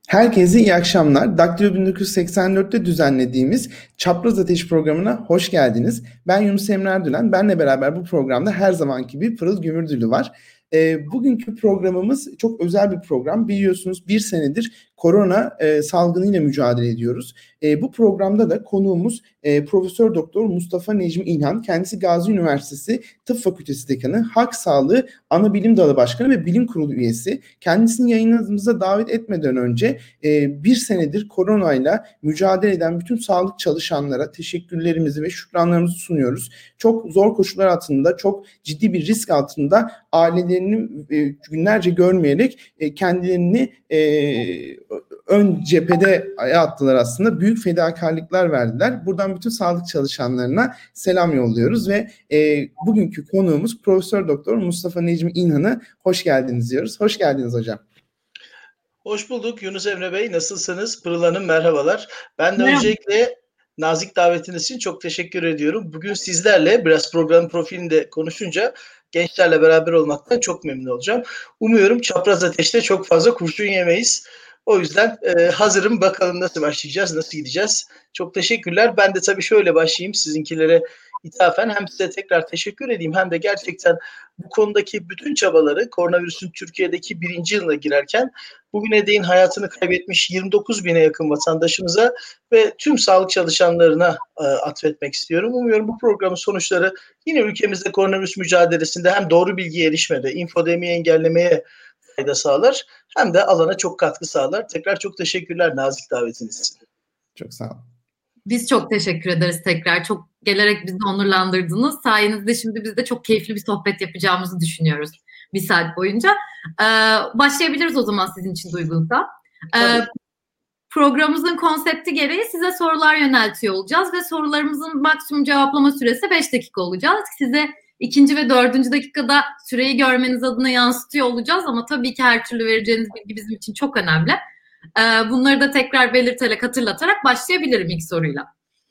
Herkese iyi akşamlar. Daktilo 1984'te düzenlediğimiz Çapraz Ateş programına hoş geldiniz. Ben Yunus Emre Erdülen. Benle beraber bu programda her zamanki gibi Pırıl Gümürdülü var. Bugünkü programımız çok özel bir program. Biliyorsunuz bir senedir korona salgınıyla mücadele ediyoruz. Bu programda da konuğumuz Profesör Doktor Mustafa Necmi İlhan. Kendisi Gazi Üniversitesi Tıp Fakültesi Dekanı, Halk Sağlığı Anabilim Dalı Başkanı ve Bilim Kurulu üyesi. Kendisini yayınımıza davet etmeden önce bir senedir koronayla mücadele eden bütün sağlık çalışanlara teşekkürlerimizi ve şükranlarımızı sunuyoruz. Çok zor koşullar altında, çok ciddi bir risk altında ailelerini günlerce görmeyerek kendilerini ön cephede attılar aslında. Büyük fedakarlıklar verdiler. Buradan bütün sağlık çalışanlarına selam yolluyoruz ve bugünkü konuğumuz Profesör Doktor Mustafa Necmi İlhan'a hoş geldiniz diyoruz. Hoş geldiniz hocam. Hoş bulduk Yunus Emre Bey. Nasılsınız? Pırıl Hanım merhabalar. Ben de öncelikle nazik davetiniz için çok teşekkür ediyorum. Bugün sizlerle biraz programın profilinde konuşunca gençlerle beraber olmaktan çok memnun olacağım. Umuyorum Çapraz Ateş'te çok fazla kurşun yemeyiz. O yüzden hazırım. Bakalım nasıl başlayacağız, nasıl gideceğiz. Çok teşekkürler. Ben de tabii şöyle başlayayım sizinkilere ithafen. Hem size tekrar teşekkür edeyim hem de gerçekten bu konudaki bütün çabaları koronavirüsün Türkiye'deki 1. yılına girerken bugüne değin hayatını kaybetmiş 29 bine yakın vatandaşımıza ve tüm sağlık çalışanlarına atfetmek istiyorum. Umuyorum bu programın sonuçları yine ülkemizde koronavirüs mücadelesinde hem doğru bilgiye erişmede, infodemiyi engellemeye fayda sağlar hem de alana çok katkı sağlar. Tekrar çok teşekkürler nazik davetiniz için. Çok sağ olun. Biz çok teşekkür ederiz tekrar. Çok gelerek bizi onurlandırdınız. Sayenizde şimdi biz de çok keyifli bir sohbet yapacağımızı düşünüyoruz bir saat boyunca. Başlayabiliriz o zaman sizin için de uygunsa. Programımızın konsepti gereği size sorular yöneltiyor olacağız ve sorularımızın maksimum cevaplama süresi 5 dakika olacak. Size 2. ve 4. dakikada süreyi görmeniz adına yansıtıyor olacağız ama tabii ki her türlü vereceğiniz bilgi bizim için çok önemli. Bunları da tekrar belirterek, hatırlatarak başlayabilirim ilk soruyla.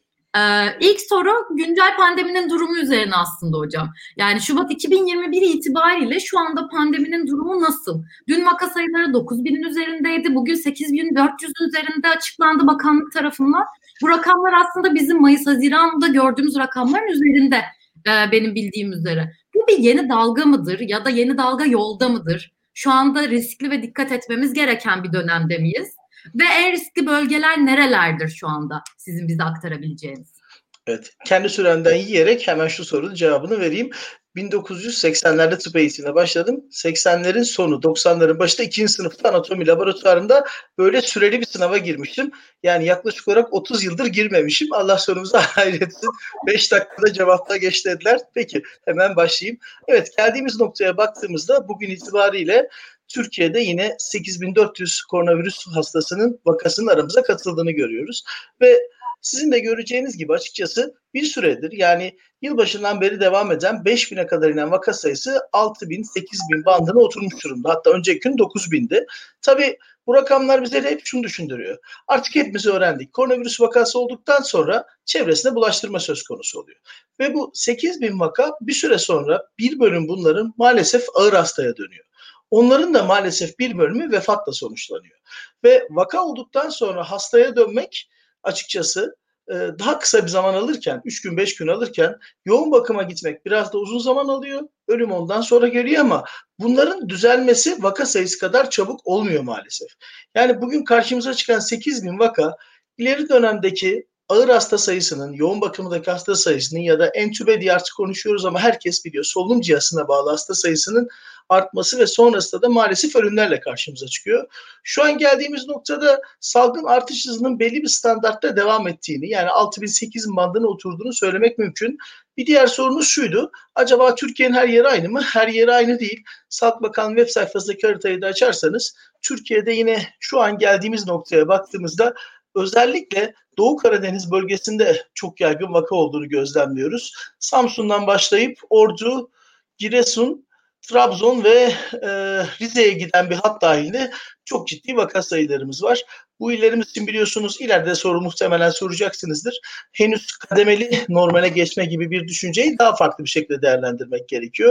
İlk soru güncel pandeminin durumu üzerine aslında hocam. Yani Şubat 2021 itibariyle şu anda pandeminin durumu nasıl? Dün vaka sayıları 9.000'in üzerindeydi. Bugün 8.400'ün üzerinde açıklandı bakanlık tarafından. Bu rakamlar aslında bizim Mayıs-Haziran'da gördüğümüz rakamların üzerinde benim bildiğim üzere. Bu bir yeni dalga mıdır ya da yeni dalga yolda mıdır? Şu anda riskli ve dikkat etmemiz gereken bir dönemde miyiz? Ve en riskli bölgeler nerelerdir şu anda sizin bize aktarabileceğiniz? Evet, kendi süremden yiyerek hemen şu sorunun cevabını vereyim. 1980'lerde tıp eğitimine başladım. 80'lerin sonu, 90'ların başında 2. sınıfta anatomi laboratuvarında böyle süreli bir sınava girmiştim. Yani yaklaşık olarak 30 yıldır girmemişim. Allah sonumuza hayretsin. 5 dakikada cevapla geç dediler. Peki hemen başlayayım. Evet, geldiğimiz noktaya baktığımızda bugün itibariyle Türkiye'de yine 8.400 koronavirüs hastasının vakasının aramıza katıldığını görüyoruz. Ve sizin de göreceğiniz gibi açıkçası bir süredir yani yılbaşından beri devam eden 5.000'e kadar inen vaka sayısı 6.000-8.000 bandına oturmuş durumda. Hatta önceki gün 9.000'di. Tabii bu rakamlar bize de hep şunu düşündürüyor. Artık hepimiz öğrendik. Koronavirüs vakası olduktan sonra çevresine bulaştırma söz konusu oluyor. Ve bu 8.000 vaka bir süre sonra bir bölüm bunların maalesef ağır hastaya dönüyor. Onların da maalesef bir bölümü vefatla sonuçlanıyor. Ve vaka olduktan sonra hastaya dönmek açıkçası daha kısa bir zaman alırken, 3 gün 5 gün alırken yoğun bakıma gitmek biraz da uzun zaman alıyor. Ölüm ondan sonra geliyor ama bunların düzelmesi vaka sayısı kadar çabuk olmuyor maalesef. Yani bugün karşımıza çıkan 8.000 vaka ileri dönemdeki ağır hasta sayısının, yoğun bakımdaki hasta sayısının ya da entübe diye artık konuşuyoruz ama herkes biliyor solunum cihazına bağlı hasta sayısının artması ve sonrasında da maalesef ölümlerle karşımıza çıkıyor. Şu an geldiğimiz noktada salgın artış hızının belli bir standartta devam ettiğini, yani 6.000-8.000 bandına oturduğunu söylemek mümkün. Bir diğer sorunuz şuydu. Acaba Türkiye'nin her yeri aynı mı? Her yeri aynı değil. Sağlık Bakanlığı web sayfasındaki haritayı da açarsanız Türkiye'de yine şu an geldiğimiz noktaya baktığımızda özellikle Doğu Karadeniz bölgesinde çok yaygın vaka olduğunu gözlemliyoruz. Samsun'dan başlayıp Ordu, Giresun, Trabzon ve Rize'ye giden bir hat dahilinde çok ciddi vaka sayılarımız var. Bu illerimiz için biliyorsunuz ileride soru muhtemelen soracaksınızdır. Henüz kademeli normale geçme gibi bir düşünceyi daha farklı bir şekilde değerlendirmek gerekiyor.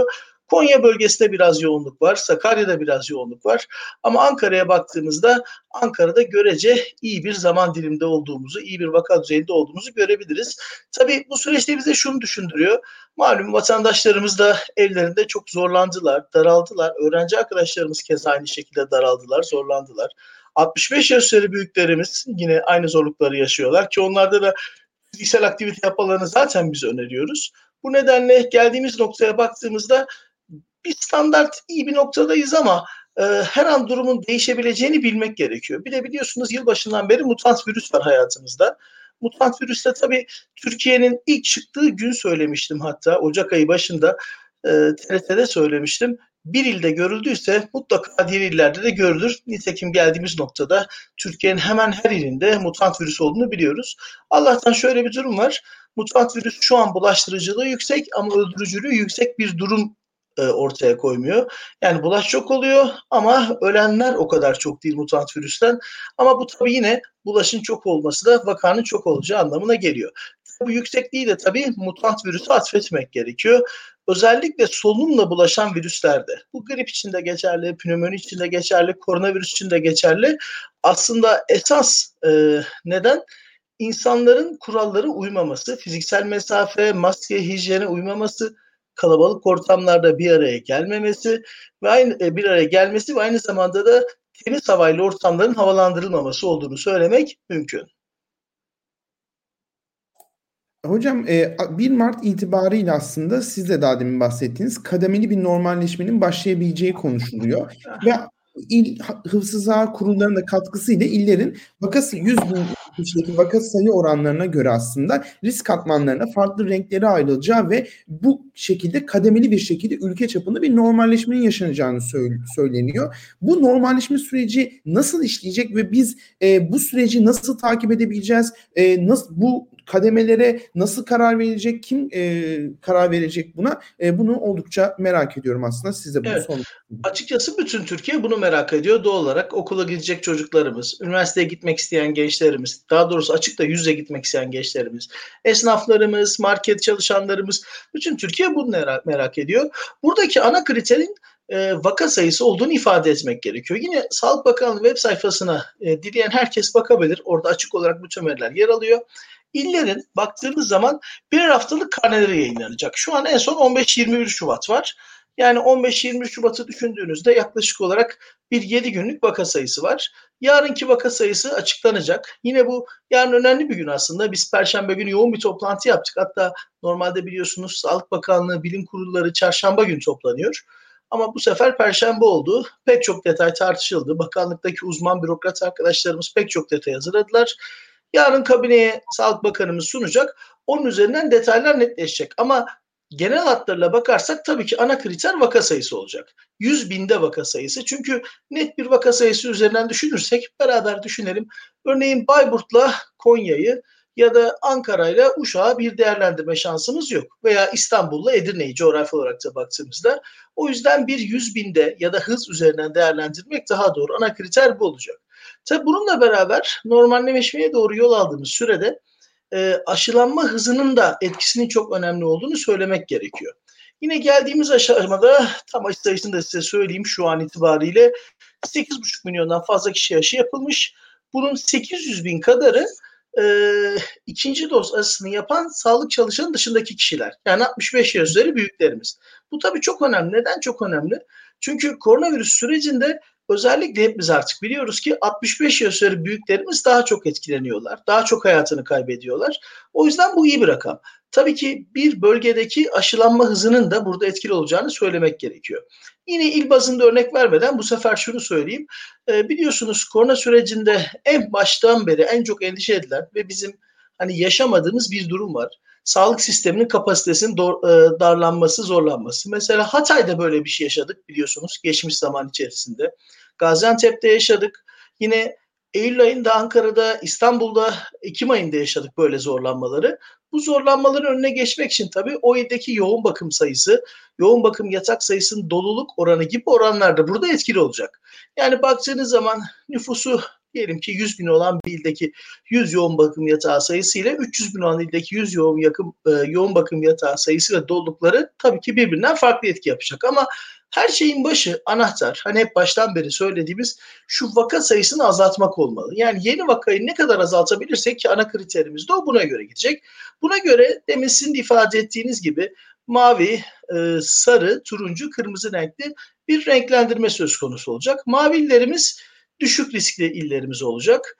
Konya bölgesinde biraz yoğunluk var. Sakarya'da biraz yoğunluk var. Ama Ankara'ya baktığımızda Ankara'da görece iyi bir zaman diliminde olduğumuzu, iyi bir vaka düzeyinde olduğumuzu görebiliriz. Tabii bu süreçte bize şunu düşündürüyor. Malum vatandaşlarımız da evlerinde çok zorlandılar, daraldılar. Öğrenci arkadaşlarımız keza aynı şekilde daraldılar, zorlandılar. 65 yaş üzeri büyüklerimiz yine aynı zorlukları yaşıyorlar ki onlarda da fiziksel aktivite yapmalarını zaten biz öneriyoruz. Bu nedenle geldiğimiz noktaya baktığımızda bir standart iyi bir noktadayız ama her an durumun değişebileceğini bilmek gerekiyor. Bir de biliyorsunuz yılbaşından beri mutant virüs var hayatımızda. Mutant virüsle tabii Türkiye'nin ilk çıktığı gün söylemiştim, hatta Ocak ayı başında TRT'de söylemiştim. Bir ilde görüldüyse mutlaka diğer illerde de görülür. Nitekim geldiğimiz noktada Türkiye'nin hemen her ilinde mutant virüs olduğunu biliyoruz. Allah'tan şöyle bir durum var. Mutant virüs şu an bulaştırıcılığı yüksek ama öldürücülüğü yüksek bir durum ortaya koymuyor. Yani bulaş çok oluyor ama ölenler o kadar çok değil mutant virüsten. Ama bu tabii yine bulaşın çok olması da vakanın çok olacağı anlamına geliyor. Bu yüksekliği de tabii mutant virüsü atfetmek gerekiyor. Özellikle solunumla bulaşan virüslerde, bu grip için de geçerli, pnömoni için de geçerli, koronavirüs için de geçerli. Aslında esas neden? İnsanların kurallara uymaması, fiziksel mesafe, maske, hijyene uymaması, kalabalık ortamlarda bir araya gelmemesi ve bir araya gelmesi ve aynı zamanda da temiz havayla ortamların havalandırılmaması olduğunu söylemek mümkün. Hocam 1 Mart itibariyle aslında siz de daha demin bahsettiğiniz kademeli bir normalleşmenin başlayabileceği konuşuluyor. Ve İl Hıfzı Sıha Kurulları'nın da katkısıyla illerin 100 bin kişideki vaka sayı oranlarına göre aslında risk katmanlarına farklı renklere ayrılacağı ve bu şekilde kademeli bir şekilde ülke çapında bir normalleşmenin yaşanacağını söyleniyor. Bu normalleşme süreci nasıl işleyecek ve biz bu süreci nasıl takip edebileceğiz? Bu kademelere nasıl karar verecek? Kim karar verecek buna? Bunu oldukça merak ediyorum aslında. Size bunu sormak. Açıkçası bütün Türkiye bunu merak ediyor. Doğal olarak okula gidecek çocuklarımız, üniversiteye gitmek isteyen gençlerimiz, daha doğrusu açıkta yüz yüze gitmek isteyen gençlerimiz, esnaflarımız, market çalışanlarımız, bütün Türkiye bunu merak ediyor. Buradaki ana kriterin vaka sayısı olduğunu ifade etmek gerekiyor. Yine Sağlık Bakanlığı web sayfasına dileyen herkes bakabilir. Orada açık olarak bütün veriler yer alıyor. İllerin baktığımız zaman birer haftalık karneleri yayınlanacak. Şu an en son 15-21 Şubat var. Yani 15-20 Şubat'ı düşündüğünüzde yaklaşık olarak bir 7 günlük vaka sayısı var. Yarınki vaka sayısı açıklanacak. Yine bu yarın önemli bir gün aslında. Biz Perşembe günü yoğun bir toplantı yaptık. Hatta normalde biliyorsunuz Sağlık Bakanlığı bilim kurulları çarşamba günü toplanıyor. Ama bu sefer Perşembe oldu. Pek çok detay tartışıldı. Bakanlıktaki uzman bürokrat arkadaşlarımız pek çok detay hazırladılar. Yarın kabineye Sağlık Bakanımız sunacak. Onun üzerinden detaylar netleşecek. Ama genel hatlarıyla bakarsak tabii ki ana kriter vaka sayısı olacak. 100 binde vaka sayısı. Çünkü net bir vaka sayısı üzerinden düşünürsek beraber düşünelim. Örneğin Bayburt'la Konya'yı ya da Ankara'yla Uşak'ı bir değerlendirme şansımız yok. Veya İstanbul'la Edirne'yi coğrafi olarak da baktığımızda. O yüzden bir 100 binde ya da hız üzerinden değerlendirmek daha doğru. Ana kriter bu olacak. Tabii bununla beraber normalleşmeye doğru yol aldığımız sürede aşılanma hızının da etkisinin çok önemli olduğunu söylemek gerekiyor. Yine geldiğimiz aşamada tam aşı sayısını da size söyleyeyim şu an itibariyle 8,5 milyondan fazla kişi aşı yapılmış. Bunun 800 bin kadarı ikinci doz aşısını yapan sağlık çalışanı dışındaki kişiler. Yani 65 yaş üzeri büyüklerimiz. Bu tabii çok önemli. Neden çok önemli? Çünkü koronavirüs sürecinde özellikle hepimiz artık biliyoruz ki 65 yaş üzeri büyüklerimiz daha çok etkileniyorlar. Daha çok hayatını kaybediyorlar. O yüzden bu iyi bir rakam. Tabii ki bir bölgedeki aşılanma hızının da burada etkili olacağını söylemek gerekiyor. Yine il bazında örnek vermeden bu sefer şunu söyleyeyim. Biliyorsunuz korona sürecinde en baştan beri en çok endişe edilen ve bizim hani yaşamadığımız bir durum var. Sağlık sisteminin kapasitesinin darlanması, zorlanması. Mesela Hatay'da böyle bir şey yaşadık biliyorsunuz geçmiş zaman içerisinde. Gaziantep'te yaşadık. Yine Eylül ayında Ankara'da, İstanbul'da, Ekim ayında yaşadık böyle zorlanmaları. Bu zorlanmaların önüne geçmek için tabii o ildeki yoğun bakım sayısı, yoğun bakım yatak sayısının doluluk oranı gibi oranlar da burada etkili olacak. Yani baktığınız zaman nüfusu diyelim ki 100 bin olan bir ildeki 100 yoğun bakım yatağı sayısı ile 300 bin olan ildeki 100 yoğun bakım yatağı sayısı ve dolulukları tabii ki birbirinden farklı etki yapacak. Ama her şeyin başı, anahtar, hani hep baştan beri söylediğimiz şu vaka sayısını azaltmak olmalı. Yani yeni vakayı ne kadar azaltabilirsek ki ana kriterimiz de o, buna göre gidecek. Buna göre demin sizin de ifade ettiğiniz gibi mavi, sarı, turuncu, kırmızı renkli bir renklendirme söz konusu olacak. Mavi illerimiz düşük riskli illerimiz olacak.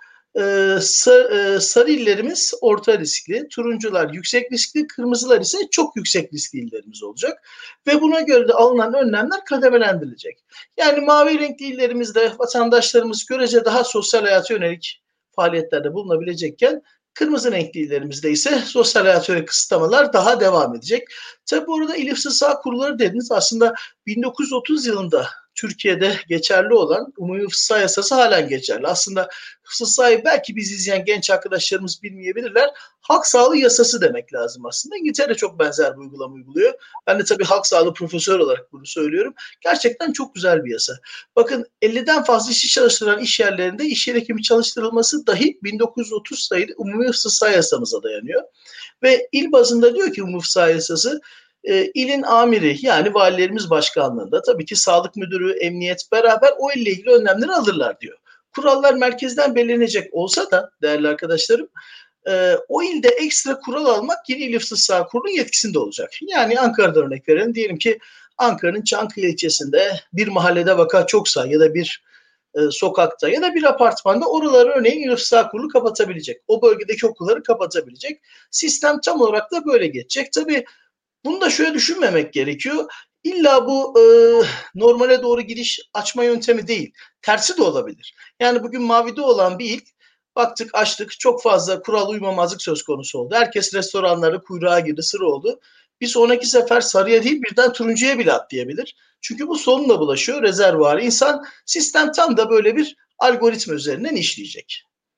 Sarı illerimiz orta riskli, turuncular yüksek riskli, kırmızılar ise çok yüksek riskli illerimiz olacak. Ve buna göre de alınan önlemler kademelendirilecek. Yani mavi renkli illerimizde vatandaşlarımız görece daha sosyal hayata yönelik faaliyetlerde bulunabilecekken, kırmızı renkli illerimizde ise sosyal hayata yönelik kısıtlamalar daha devam edecek. Tabi burada İl Hıfzı Sağ Kurulları dediniz, aslında 1930 yılında Türkiye'de geçerli olan Umumi Hıfzı Sağ Yasası halen geçerli. Aslında Hıfzı Sağ'ı belki biz izleyen genç arkadaşlarımız bilmeyebilirler. Halk sağlığı yasası demek lazım aslında. İngiltere çok benzer bir uygulama uyguluyor. Ben de tabii halk sağlığı profesörü olarak bunu söylüyorum. Gerçekten çok güzel bir yasa. Bakın 50'den fazla işçi çalıştıran iş yerlerinde iş yeri hekimi çalıştırılması dahi 1930 sayılı Umumi Hıfzı Sağ Yasamıza dayanıyor. Ve il bazında diyor ki Umumi Hıfzı Sağ Yasası, ilin amiri yani valilerimiz başkanlığında tabii ki sağlık müdürü, emniyet beraber o ille ilgili önlemleri alırlar diyor. Kurallar merkezden belirlenecek olsa da değerli arkadaşlarım, o ilde ekstra kural almak yine İl Hıfzı Sağ Kurulu'nun yetkisinde olacak. Yani Ankara'da örnek verelim. Diyelim ki Ankara'nın Çankaya ilçesinde bir mahallede vaka çoksa ya da bir sokakta ya da bir apartmanda, oraları örneğin İl Hıfzı Sağ Kurulu kapatabilecek. O bölgedeki okulları kapatabilecek. Sistem tam olarak da böyle geçecek. Tabii bunu da şöyle düşünmemek gerekiyor. İlla bu normale doğru gidiş açma yöntemi değil. Tersi de olabilir. Yani bugün mavide olan bir il, baktık açtık, çok fazla kural uymamazlık söz konusu oldu. Herkes restoranlara kuyruğa girdi, sıra oldu. Bir sonraki sefer sarıya değil birden turuncuya bile atlayabilir. Çünkü bu solunumla bulaşıyor, rezervuar. İnsan, sistem tam da böyle bir algoritma üzerinden işleyecek.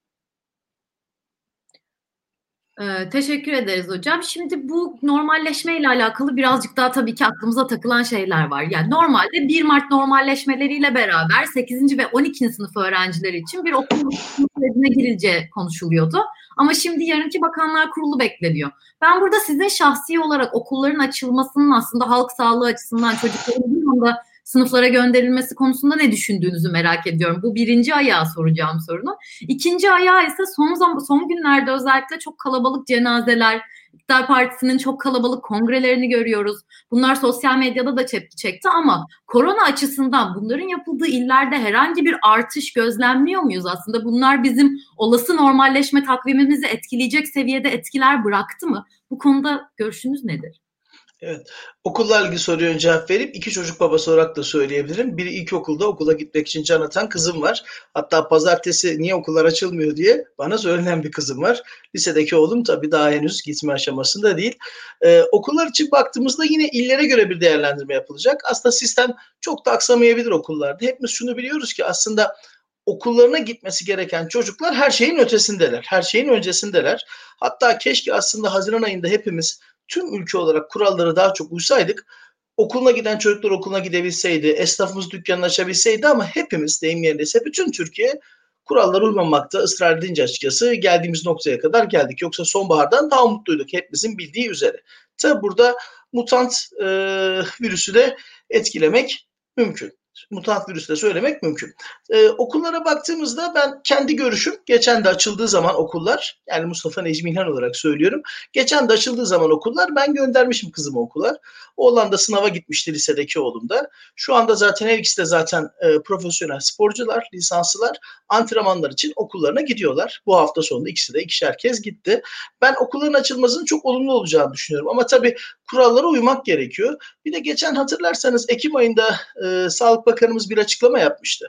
Teşekkür ederiz hocam. Şimdi bu normalleşme ile alakalı birazcık daha tabii ki aklımıza takılan şeyler var. Yani normalde 1 Mart normalleşmeleriyle beraber 8. ve 12. sınıf öğrencileri için bir okul sürecine girileceği konuşuluyordu. Ama şimdi yarınki Bakanlar Kurulu bekleniyor. Ben burada sizin şahsi olarak okulların açılmasının aslında halk sağlığı açısından çocukların bir anda sınıflara gönderilmesi konusunda ne düşündüğünüzü merak ediyorum. Bu birinci ayağı soracağım sorunu. İkinci ayağı ise son günlerde özellikle çok kalabalık cenazeler, İktidar Partisi'nin çok kalabalık kongrelerini görüyoruz. Bunlar sosyal medyada da tepki çekti ama korona açısından bunların yapıldığı illerde herhangi bir artış gözlemliyor muyuz? Aslında bunlar bizim olası normalleşme takvimimizi etkileyecek seviyede etkiler bıraktı mı? Bu konuda görüşünüz nedir? Evet. Okulla ilgili soruya cevap verip 2 çocuk babası olarak da söyleyebilirim. Biri ilkokulda okula gitmek için can atan kızım var. Hatta pazartesi niye okullar açılmıyor diye bana söylenen bir kızım var. Lisedeki oğlum tabii daha henüz gitme aşamasında değil. Okullar için baktığımızda yine illere göre bir değerlendirme yapılacak. Aslında sistem çok da aksamayabilir okullarda. Hepimiz şunu biliyoruz ki aslında okullarına gitmesi gereken çocuklar her şeyin ötesindeler. Her şeyin öncesindeler. Hatta keşke aslında Haziran ayında hepimiz tüm ülke olarak kuralları daha çok uysaydık, okuluna giden çocuklar okuluna gidebilseydi, esnafımız dükkanını açabilseydi, ama hepimiz deyim yerindeyse bütün Türkiye kurallara uymamakta ısrar edince açıkçası geldiğimiz noktaya kadar geldik. Yoksa sonbahardan daha umutluyduk hepimizin bildiği üzere. Tabi burada mutant virüsü de etkilemek mümkün. Mutant virüsü de söylemek mümkün. Okullara baktığımızda ben kendi görüşüm, geçen de açıldığı zaman okullar, yani Mustafa Necmi İlhan olarak söylüyorum. Geçen de açıldığı zaman okullar, ben göndermişim kızımı okula. Oğlan da sınava gitmişti, lisedeki oğlum da. Şu anda zaten her ikisi de zaten profesyonel sporcular, lisanslılar. Antrenmanlar için okullarına gidiyorlar. Bu hafta sonunda ikisi de 2'şer kez gitti. Ben okulların açılmasının çok olumlu olacağını düşünüyorum. Ama tabii kurallara uymak gerekiyor. Bir de geçen hatırlarsanız Ekim ayında Sağlık Bakanımız bir açıklama yapmıştı.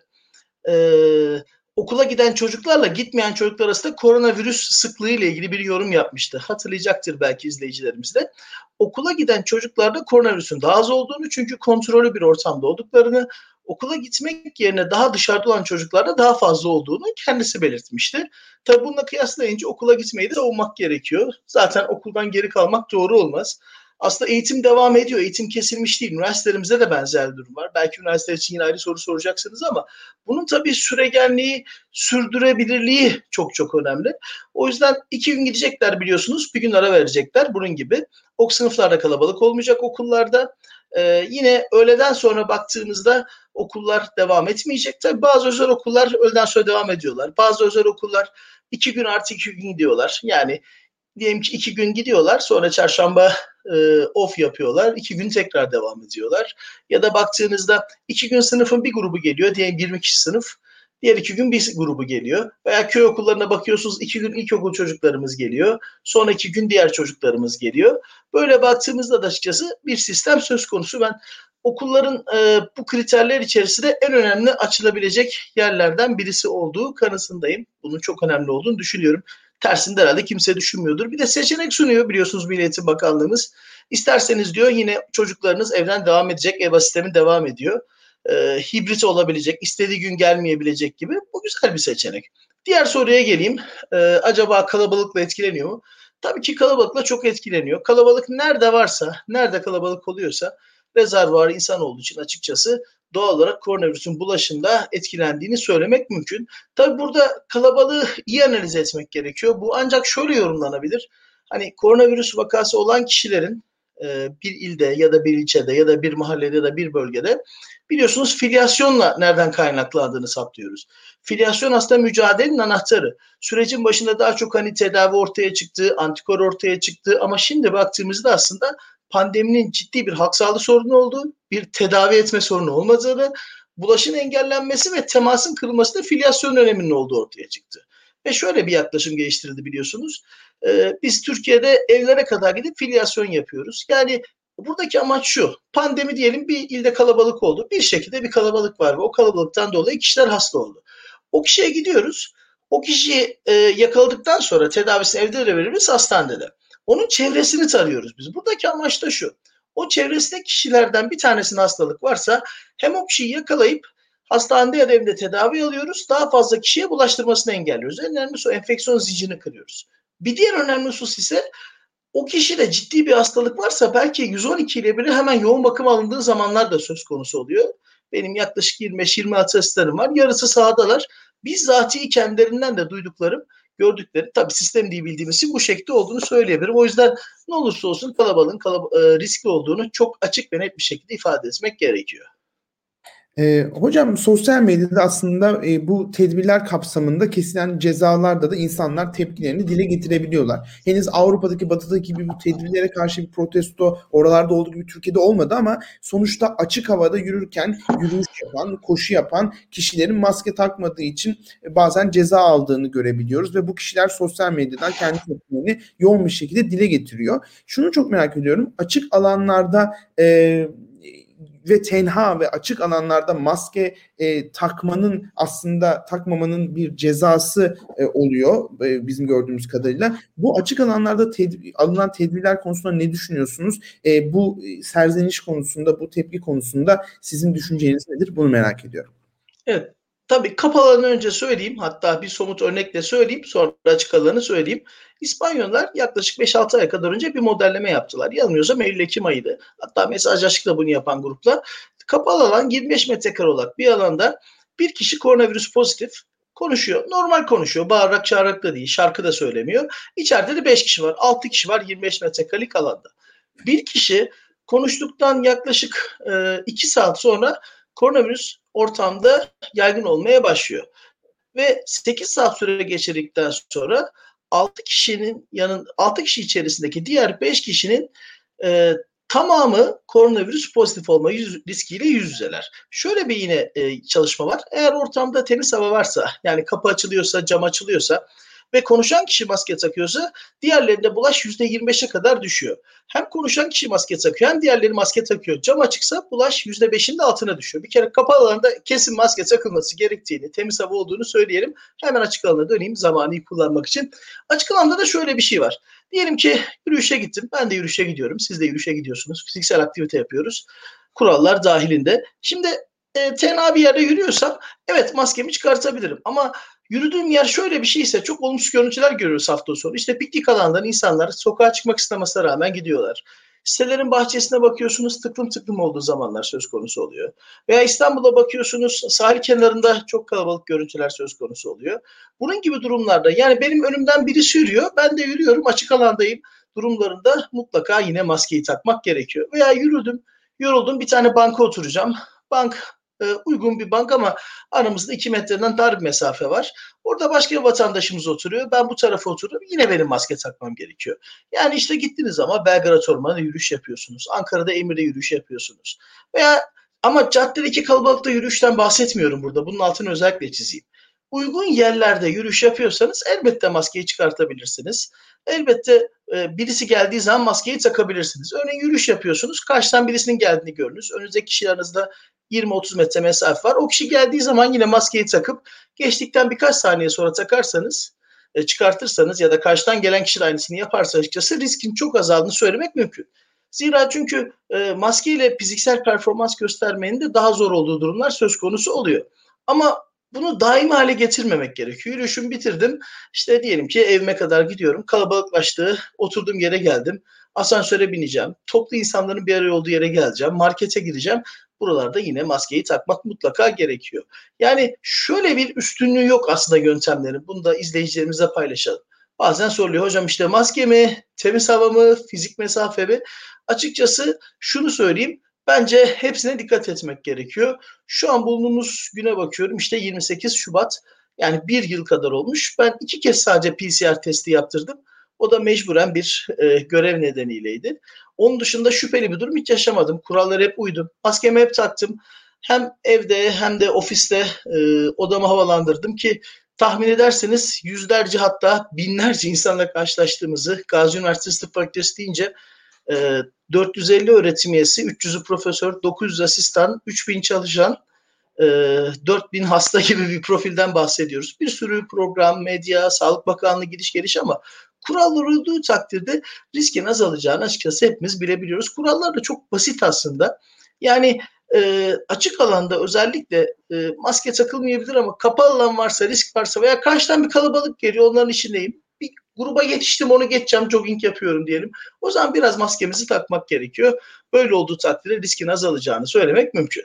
Okula giden çocuklarla gitmeyen çocuklar arasında koronavirüs sıklığı ile ilgili bir yorum yapmıştı. Hatırlayacaktır belki izleyicilerimiz de. Okula giden çocuklarda koronavirüsün daha az olduğunu, çünkü kontrollü bir ortamda olduklarını, okula gitmek yerine daha dışarıda olan çocuklarda daha fazla olduğunu kendisi belirtmişti. Tabii bununla kıyaslayınca okula gitmeyi de savunmak gerekiyor. Zaten okuldan geri kalmak doğru olmaz. Aslında eğitim devam ediyor. Eğitim kesilmiş değil. Üniversitelerimizde de benzer bir durum var. Belki üniversiteler için yine ayrı soru soracaksınız ama bunun tabii süregenliği, sürdürebilirliği çok çok önemli. O yüzden 2 gün gidecekler biliyorsunuz. Bir gün ara verecekler. Bunun gibi. Ok sınıflarda kalabalık olmayacak okullarda. Yine öğleden sonra baktığımızda okullar devam etmeyecek. Tabii bazı özel okullar öğleden sonra devam ediyorlar. Bazı özel okullar 2 gün artı 2 gün gidiyorlar. Yani diyelim ki 2 gün gidiyorlar, sonra çarşamba off yapıyorlar, 2 gün tekrar devam ediyorlar. Ya da baktığınızda 2 gün sınıfın bir grubu geliyor, diyelim 20 kişi sınıf, diğer 2 gün bir grubu geliyor. Veya köy okullarına bakıyorsunuz, 2 gün ilkokul çocuklarımız geliyor, sonra 2 gün diğer çocuklarımız geliyor. Böyle baktığımızda da açıkçası bir sistem söz konusu. Ben okulların bu kriterler içerisinde en önemli açılabilecek yerlerden birisi olduğu kanısındayım. Bunun çok önemli olduğunu düşünüyorum. Tersinde herhalde kimse düşünmüyordur. Bir de seçenek sunuyor biliyorsunuz Milli Eğitim Bakanlığımız. İsterseniz diyor yine çocuklarınız evden devam edecek, EBA sistemi devam ediyor. Hibrit olabilecek, istediği gün gelmeyebilecek gibi. Bu güzel bir seçenek. Diğer soruya geleyim. Acaba kalabalıkla etkileniyor mu? Tabii ki kalabalıkla çok etkileniyor. Kalabalık nerede varsa, nerede kalabalık oluyorsa rezervuarı insan olduğu için açıkçası doğal olarak koronavirüsün bulaşında etkilendiğini söylemek mümkün. Tabii burada kalabalığı iyi analiz etmek gerekiyor. Bu ancak şöyle yorumlanabilir. Hani koronavirüs vakası olan kişilerin bir ilde ya da bir ilçede ya da bir mahallede ya da bir bölgede biliyorsunuz filyasyonla nereden kaynaklandığını saptıyoruz. Filyasyon aslında mücadelenin anahtarı. Sürecin başında daha çok hani tedavi ortaya çıktı, antikor ortaya çıktı ama şimdi baktığımızda aslında pandeminin ciddi bir halk sağlığı sorunu olduğu, bir tedavi etme sorunu olmadığını, bulaşın engellenmesi ve temasın kırılması da filyasyon öneminin olduğu ortaya çıktı. Ve şöyle bir yaklaşım geliştirildi biliyorsunuz. Biz Türkiye'de evlere kadar gidip filyasyon yapıyoruz. Yani buradaki amaç şu. Pandemi diyelim bir ilde kalabalık oldu. Bir şekilde bir kalabalık var ve o kalabalıktan dolayı kişiler hasta oldu. O kişiye gidiyoruz. O kişiyi yakaladıktan sonra tedavisini evde de veririz, hastanede de. Onun çevresini tarıyoruz biz. Buradaki amaç da şu. O çevresindeki kişilerden bir tanesinin hastalık varsa hem o kişiyi yakalayıp hastanede ya da evde tedavi alıyoruz. Daha fazla kişiye bulaştırmasını engelliyoruz. En önemlisi o enfeksiyon zincirini kırıyoruz. Bir diğer önemli husus ise o kişide ciddi bir hastalık varsa belki 112 ile bile hemen yoğun bakım alındığı zamanlar da söz konusu oluyor. Benim yaklaşık 25-26 hastalarım var. Yarısı sahadalar. Bizzatihi kendilerinden de duyduklarım, gördükleri, tabii sistem diye bildiğimiz için bu şekilde olduğunu söyleyebilirim. O yüzden ne olursa olsun kalabalığın riskli olduğunu çok açık ve net bir şekilde ifade etmek gerekiyor. Hocam sosyal medyada aslında bu tedbirler kapsamında kesilen cezalarda da insanlar tepkilerini dile getirebiliyorlar. Henüz Avrupa'daki, Batı'daki gibi bu tedbirlere karşı bir protesto oralarda olduğu gibi Türkiye'de olmadı ama sonuçta açık havada yürürken yürüyüş yapan, koşu yapan kişilerin maske takmadığı için bazen ceza aldığını görebiliyoruz ve bu kişiler sosyal medyadan kendi tepkilerini yoğun bir şekilde dile getiriyor. Şunu çok merak ediyorum. Açık alanlarda ve tenha ve açık alanlarda maske takmamanın bir cezası oluyor bizim gördüğümüz kadarıyla. Bu açık alanlarda alınan tedbirler konusunda ne düşünüyorsunuz? Bu serzeniş konusunda, bu tepki konusunda sizin düşünceniz nedir? Bunu merak ediyorum. Evet. Tabii kapalı önce söyleyeyim, hatta bir somut örnekle söyleyeyim, sonra açık alanı söyleyeyim. İspanyollar yaklaşık 5-6 ay kadar önce bir modelleme yaptılar. Yanılmıyorsam Eylül-Ekim ayıydı. Hatta Mesajlaşık'la bunu yapan gruplar. Kapalı alan 25 metrekare olan bir alanda bir kişi koronavirüs pozitif konuşuyor. Normal konuşuyor. Bağırarak çağırarak da değil. Şarkı da söylemiyor. İçeride de 5 kişi var. 6 kişi var 25 metrekarelik alanda. Bir kişi konuştuktan yaklaşık 2 saat sonra koronavirüs ortamda yaygın olmaya başlıyor. Ve 8 saat süre geçirdikten sonra 6 kişi içerisindeki diğer 5 kişinin tamamı koronavirüs pozitif olma riskiyle yüz yüzeler. Şöyle bir yine çalışma var. Eğer ortamda temiz hava varsa, yani kapı açılıyorsa, cam açılıyorsa ve konuşan kişi maske takıyorsa diğerlerinde bulaş %25'e kadar düşüyor. Hem konuşan kişi maske takıyor hem diğerleri maske takıyor. Cam açıksa bulaş %5'in de altına düşüyor. Bir kere kapalı alanda kesin maske takılması gerektiğini, temiz hava olduğunu söyleyelim. Hemen açık alana döneyim zamanı iyi kullanmak için. Açık alanda da şöyle bir şey var. Diyelim ki yürüyüşe gittim. Ben de yürüyüşe gidiyorum. Siz de yürüyüşe gidiyorsunuz. Fiziksel aktivite yapıyoruz. Kurallar dahilinde. Şimdi tenha bir yerde yürüyorsam evet maskemi çıkartabilirim. Ama yürüdüğüm yer şöyle bir şeyse çok olumsuz görüntüler görüyoruz hafta sonu. İşte piknik alanlarında insanlar sokağa çıkmak istemesine rağmen gidiyorlar. Sitelerin bahçesine bakıyorsunuz, tıklım tıklım olduğu zamanlar söz konusu oluyor. Veya İstanbul'a bakıyorsunuz, sahil kenarında çok kalabalık görüntüler söz konusu oluyor. Bunun gibi durumlarda yani benim önümden birisi yürüyor, ben de yürüyorum, açık alandayım durumlarında mutlaka yine maskeyi takmak gerekiyor. Veya yürüdüm, yoruldum, bir tane banka oturacağım. Bank uygun bir bank ama aramızda 2 metreden dar bir mesafe var. Orada başka bir vatandaşımız oturuyor. Ben bu tarafa oturuyorum. Yine benim maske takmam gerekiyor. Yani işte gittiniz ama Belgrad Ormanı'nda yürüyüş yapıyorsunuz. Ankara'da Emir'de yürüyüş yapıyorsunuz. Veya ama caddedeki kalabalıkta yürüyüşten bahsetmiyorum burada. Bunun altını özellikle çizeyim. Uygun yerlerde yürüyüş yapıyorsanız elbette maskeyi çıkartabilirsiniz. Elbette birisi geldiği zaman maskeyi takabilirsiniz. Örneğin yürüyüş yapıyorsunuz. Karşıdan birisinin geldiğini görünüz. Önünüzdeki kişi aranızda 20-30 metre mesafe var. O kişi geldiği zaman yine maskeyi takıp geçtikten birkaç saniye sonra takarsanız, çıkartırsanız ya da karşıdan gelen kişi de aynısını yaparsa açıkçası riskin çok azaldığını söylemek mümkün. Zira çünkü maskeyle fiziksel performans göstermenin de daha zor olduğu durumlar söz konusu oluyor. Ama bunu daimi hale getirmemek gerekiyor. Yürüyüşümü bitirdim. İşte diyelim ki evime kadar gidiyorum. Kalabalıklaştı. Oturduğum yere geldim. Asansöre bineceğim. Toplu insanların bir araya olduğu yere geleceğim. Markete gireceğim. Buralarda yine maskeyi takmak mutlaka gerekiyor. Yani şöyle bir üstünlüğü yok aslında yöntemlerin. Bunu da izleyicilerimizle paylaşalım. Bazen soruluyor hocam işte maske mi, temiz hava mı, fizik mesafe mi? Açıkçası şunu söyleyeyim. Bence hepsine dikkat etmek gerekiyor. Şu an bulunduğumuz güne bakıyorum işte 28 Şubat yani bir yıl kadar olmuş. Ben 2 kez sadece PCR testi yaptırdım. O da mecburen bir görev nedeniyleydi. Onun dışında şüpheli bir durum hiç yaşamadım. Kurallara hep uydum. Maskemi hep taktım. Hem evde hem de ofiste odamı havalandırdım ki tahmin ederseniz yüzlerce hatta binlerce insanla karşılaştığımızı Gazi Üniversitesi Tıp Fakültesi deyince 450 öğretim üyesi, 300'ü profesör, 900 asistan, 3000 çalışan, 4000 hasta gibi bir profilden bahsediyoruz. Bir sürü program, medya, Sağlık Bakanlığı gidiş geliş ama kurallar uyduğu takdirde riskin azalacağını açıkçası hepimiz bilebiliyoruz. Kurallar da çok basit aslında. Yani açık alanda özellikle maske takılmayabilir ama kapalı alan varsa, risk varsa veya karşıdan bir kalabalık geliyor, onların içindeyim. Bir gruba yetiştim, onu geçeceğim, jogging yapıyorum diyelim. O zaman biraz maskemizi takmak gerekiyor. Böyle olduğu takdirde riskin azalacağını söylemek mümkün.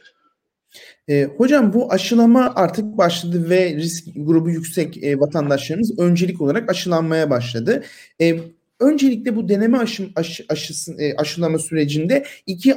Hocam bu aşılama artık başladı ve risk grubu yüksek vatandaşlarımız öncelik olarak aşılanmaya başladı. Öncelikle bu deneme aşılama sürecinde iki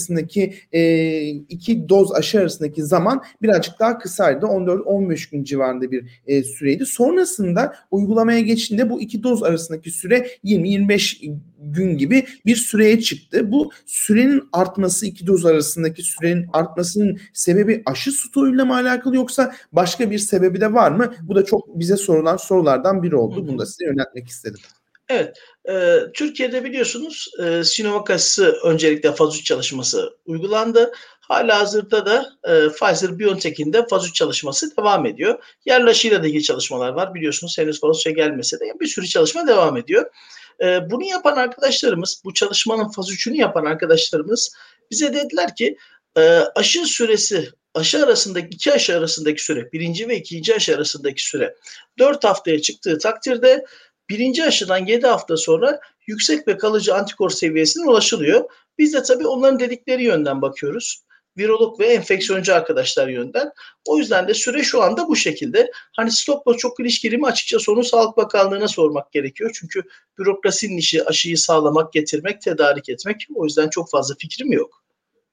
doz aşı arasındaki zaman birazcık daha kısaydı. 14-15 gün civarında bir süreydi. Sonrasında uygulamaya geçtiğinde bu iki doz arasındaki süre 20-25 gün gibi bir süreye çıktı. Bu sürenin artması, iki doz arasındaki sürenin artmasının sebebi aşı stoğuyla mı alakalı yoksa başka bir sebebi de var mı? Bu da çok bize sorulan sorulardan biri oldu. Bunu da size yöneltmek istedim. Evet, Türkiye'de biliyorsunuz Sinovac aşısı öncelikle faz 3 çalışması uygulandı. Halihazırda da Pfizer-BioNTech'in de faz 3 çalışması devam ediyor. Yerli aşıyla da ilgili çalışmalar var. Biliyorsunuz henüz faz 3'e gelmese de bir sürü çalışma devam ediyor. Bunu yapan arkadaşlarımız, bu çalışmanın faz 3'ünü yapan arkadaşlarımız bize dediler ki aşı süresi, iki aşı arasındaki süre, birinci ve ikinci aşı arasındaki süre 4 haftaya çıktığı takdirde birinci aşıdan 7 hafta sonra yüksek ve kalıcı antikor seviyesine ulaşılıyor. Biz de tabii onların dedikleri yönden bakıyoruz. Virolog ve enfeksiyoncu arkadaşlar yönden. O yüzden de süre şu anda bu şekilde. Hani stopla çok ilişkili mi açıkçası onu Sağlık Bakanlığı'na sormak gerekiyor. Çünkü bürokrasinin işi aşıyı sağlamak, getirmek, tedarik etmek. O yüzden çok fazla fikrim yok.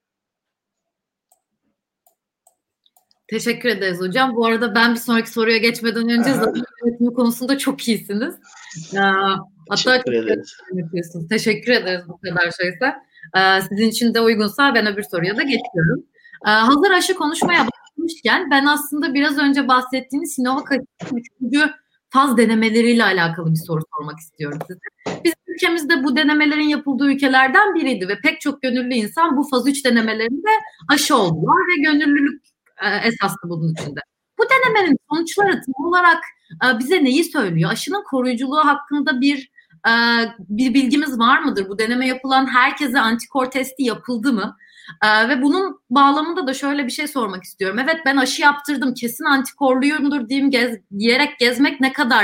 Teşekkür ederiz hocam. Bu arada ben bir sonraki soruya geçmeden önce zaman yönetimi konusunda çok iyisiniz. Teşekkür ederiz. Teşekkür ederiz bu kadar şeyse. Sizin için de uygunsa ben öbür soruya da geçiyorum. Hazır aşı konuşmaya başlamışken ben aslında biraz önce bahsettiğiniz Sinovac aşısı 3. faz denemeleriyle alakalı bir soru sormak istiyorum size. Bizim ülkemizde bu denemelerin yapıldığı ülkelerden biriydi ve pek çok gönüllü insan bu faz 3 denemelerinde aşı oldular ve gönüllülük esaslı bunun içinde. Bu denemenin sonuçları tam olarak bize neyi söylüyor? Aşının koruyuculuğu hakkında bir bilgimiz var mıdır? Bu deneme yapılan herkese antikor testi yapıldı mı? Ve bunun bağlamında da şöyle bir şey sormak istiyorum. Evet ben aşı yaptırdım, kesin antikorluyumdur diyerek gezmek ne kadar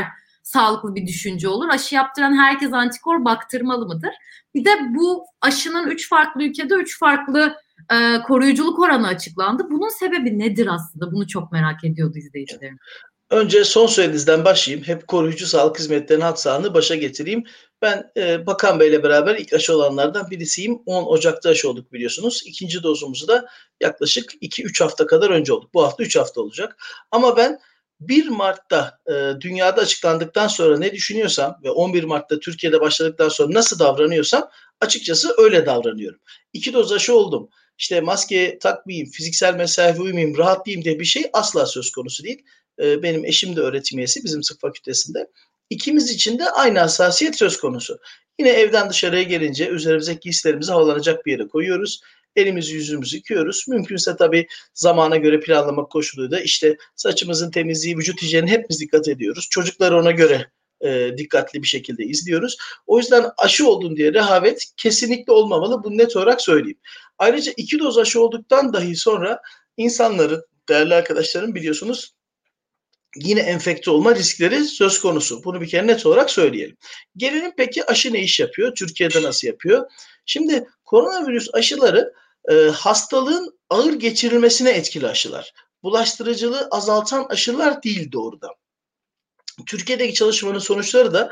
sağlıklı bir düşünce olur? Aşı yaptıran herkes antikor baktırmalı mıdır? Bir de bu aşının 3 farklı ülkede 3 farklı koruyuculuk oranı açıklandı. Bunun sebebi nedir aslında? Bunu çok merak ediyordu izleyicilerim. Önce son söylediğinizden başlayayım. Hep koruyucu sağlık hizmetlerinin halk sağlığını başa getireyim. Ben Bakan Bey'le beraber ilk aşı olanlardan birisiyim. 10 Ocak'ta aşı olduk biliyorsunuz. İkinci dozumuzu da yaklaşık 2-3 hafta kadar önce olduk. Bu hafta 3 hafta olacak. Ama ben 1 Mart'ta dünyada açıklandıktan sonra ne düşünüyorsam ve 11 Mart'ta Türkiye'de başladıktan sonra nasıl davranıyorsam açıkçası öyle davranıyorum. 2 doz aşı oldum. İşte maske takmayayım, fiziksel mesafe uymayayım, rahatlayayım diye bir şey asla söz konusu değil. Benim eşim de öğretim üyesi bizim tıp fakültesinde. İkimiz için de aynı hassasiyet söz konusu. Yine evden dışarıya gelince üzerimizdeki giysilerimizi havalanacak bir yere koyuyoruz. Elimizi yüzümüzü yıkıyoruz. Mümkünse tabii zamana göre planlamak koşuluyla işte saçımızın temizliği, vücut hijyenine hepimiz dikkat ediyoruz. Çocukları ona göre dikkatli bir şekilde izliyoruz. O yüzden aşı oldun diye rehavet kesinlikle olmamalı. Bunu net olarak söyleyeyim. Ayrıca 2 doz aşı olduktan dahi sonra insanların, değerli arkadaşlarım biliyorsunuz yine enfekte olma riskleri söz konusu. Bunu bir kere net olarak söyleyelim. Gelelim peki aşı ne iş yapıyor? Türkiye'de nasıl yapıyor? Şimdi koronavirüs aşıları hastalığın ağır geçirilmesine etkili aşılar. Bulaştırıcılığı azaltan aşılar değil doğrudan. Türkiye'deki çalışmanın sonuçları da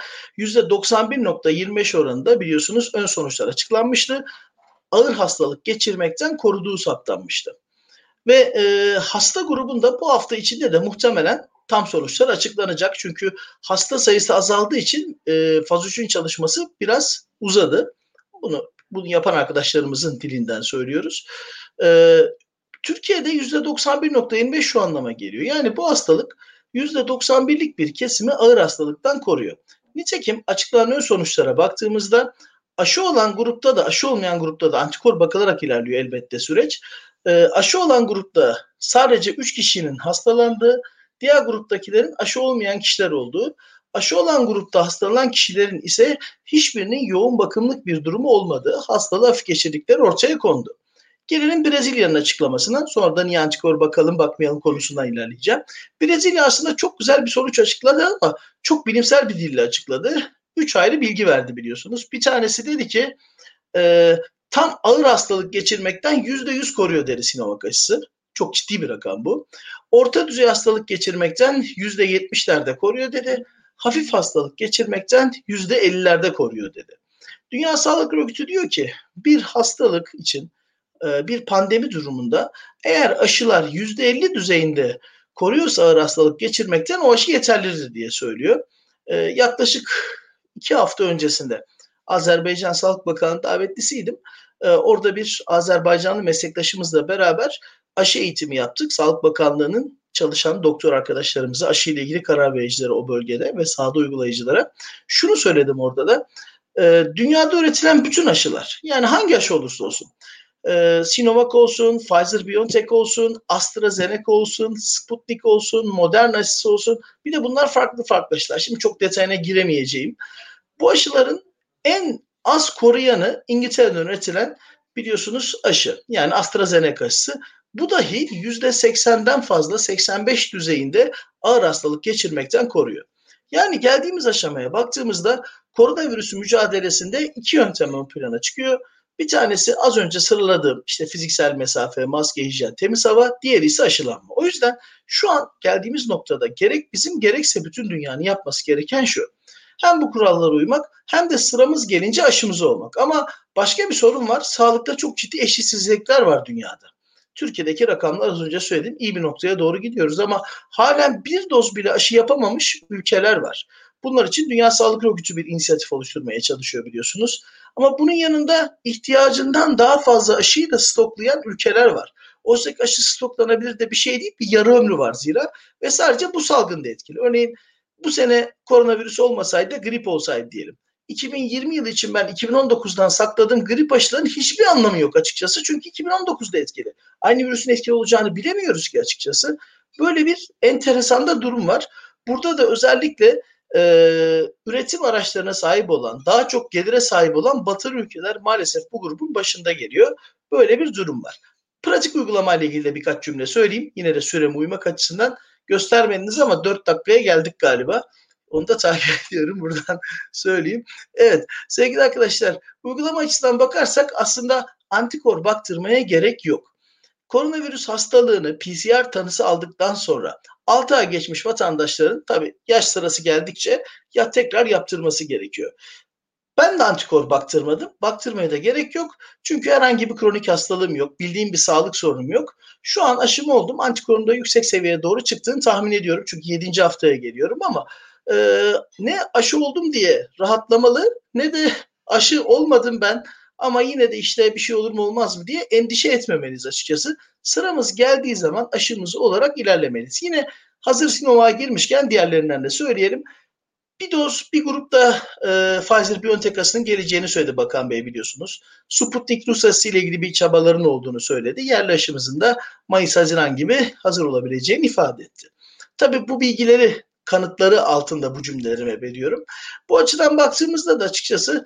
%91.25 oranında biliyorsunuz ön sonuçlar açıklanmıştı. Ağır hastalık geçirmekten koruduğu saptanmıştı. Ve hasta grubunda bu hafta içinde de muhtemelen tam sonuçlar açıklanacak. Çünkü hasta sayısı azaldığı için faz 3'ün çalışması biraz uzadı. Bunu yapan arkadaşlarımızın dilinden söylüyoruz. Türkiye'de %91.25 şu anlama geliyor. Yani bu hastalık %91'lik bir kesimi ağır hastalıktan koruyor. Nitekim açıklanan ön sonuçlara baktığımızda aşı olan grupta da aşı olmayan grupta da antikor bakılarak ilerliyor elbette süreç. Aşı olan grupta sadece 3 kişinin hastalandığı, diğer gruptakilerin aşı olmayan kişiler olduğu, aşı olan grupta hastalanan kişilerin ise hiçbirinin yoğun bakımlık bir durumu olmadığı, hastalığı hafif geçirdikleri ortaya kondu. Gelelim Brezilya'nın açıklamasına. Sonra da niye antikor bakalım bakmayalım konusundan ilerleyeceğim. Brezilya aslında çok güzel bir sonuç açıkladı ama çok bilimsel bir dille açıkladı. 3 ayrı bilgi verdi biliyorsunuz. Bir tanesi dedi ki tam ağır hastalık geçirmekten %100 koruyor dedi Sinovac aşısı. Çok ciddi bir rakam bu. Orta düzey hastalık geçirmekten %70'lerde koruyor dedi. Hafif hastalık geçirmekten %50'lerde koruyor dedi. Dünya Sağlık Örgütü diyor ki bir hastalık için bir pandemi durumunda eğer aşılar %50 düzeyinde koruyorsa ağır hastalık geçirmekten o aşı yeterlidir diye söylüyor. Yaklaşık 2 hafta öncesinde Azerbaycan Sağlık Bakanı davetlisiydim. Orada bir Azerbaycanlı meslektaşımızla beraber aşı eğitimi yaptık. Sağlık Bakanlığı'nın çalışan doktor arkadaşlarımıza, aşı ile ilgili karar vericilere o bölgede ve sahada uygulayıcılara. Şunu söyledim orada da. Dünyada üretilen bütün aşılar, yani hangi aşı olursa olsun, Sinovac olsun, Pfizer-BioNTech olsun, AstraZeneca olsun, Sputnik olsun, Moderna aşısı olsun, bir de bunlar farklı farklı aşılar. Şimdi çok detayına giremeyeceğim. Bu aşıların en az koruyanı İngiltere'de üretilen biliyorsunuz aşı. Yani AstraZeneca aşısı. Bu dahi %80'den fazla 85 düzeyinde ağır hastalık geçirmekten koruyor. Yani geldiğimiz aşamaya baktığımızda koronavirüsü mücadelesinde 2 yöntem ön plana çıkıyor. Bir tanesi az önce sıraladığım işte fiziksel mesafe, maske, hijyen, temiz hava, diğeri ise aşılanma. O yüzden şu an geldiğimiz noktada gerek bizim gerekse bütün dünyanın yapması gereken şu. Hem bu kurallara uymak hem de sıramız gelince aşımızı olmak. Ama başka bir sorun var. Sağlıkta çok ciddi eşitsizlikler var dünyada. Türkiye'deki rakamlar az önce söyledim. İyi bir noktaya doğru gidiyoruz ama halen bir doz bile aşı yapamamış ülkeler var. Bunlar için Dünya Sağlık Örgütü bir inisiyatif oluşturmaya çalışıyor biliyorsunuz. Ama bunun yanında ihtiyacından daha fazla aşıyı da stoklayan ülkeler var. Oysa ki aşı stoklanabilir de bir şey değil, bir yarı ömrü var zira ve sadece bu salgında etkili. Örneğin bu sene koronavirüs olmasaydı, grip olsaydı diyelim. 2020 yılı için ben 2019'dan sakladığım grip aşılarının hiçbir anlamı yok açıkçası. Çünkü 2019'da etkili. Aynı virüsün etkili olacağını bilemiyoruz ki açıkçası. Böyle bir enteresan da durum var. Burada da özellikle üretim araçlarına sahip olan, daha çok gelire sahip olan batılı ülkeler maalesef bu grubun başında geliyor. Böyle bir durum var. Pratik uygulamayla ilgili de birkaç cümle söyleyeyim. Yine de süreme uymak açısından göstermediniz ama 4 dakikaya geldik galiba. Onu da takip ediyorum, buradan söyleyeyim. Evet sevgili arkadaşlar, uygulama açısından bakarsak aslında antikor baktırmaya gerek yok. Koronavirüs hastalığını PCR tanısı aldıktan sonra 6 ay geçmiş vatandaşların tabii yaş sırası geldikçe ya tekrar yaptırması gerekiyor. Ben de antikor baktırmadım. Baktırmaya da gerek yok. Çünkü herhangi bir kronik hastalığım yok. Bildiğim bir sağlık sorunum yok. Şu an aşımı oldum. Antikorun da yüksek seviyeye doğru çıktığını tahmin ediyorum. Çünkü 7. haftaya geliyorum ama ne aşı oldum diye rahatlamalı ne de aşı olmadım ben ama yine de işte bir şey olur mu olmaz mı diye endişe etmemeliyiz açıkçası. Sıramız geldiği zaman aşımızı olarak ilerlemeliyiz. Yine hazır Sinovac'a girmişken diğerlerinden de söyleyelim. Bir doz, bir grupta Pfizer-BioNTech aşısının geleceğini söyledi Bakan Bey, biliyorsunuz. Sputnik Rus aşısı ile ilgili bir çabaların olduğunu söyledi. Yerli aşımızın da Mayıs-Haziran gibi hazır olabileceğini ifade etti. Tabii bu bilgileri, kanıtları altında bu cümlelerime veriyorum. Bu açıdan baktığımızda da açıkçası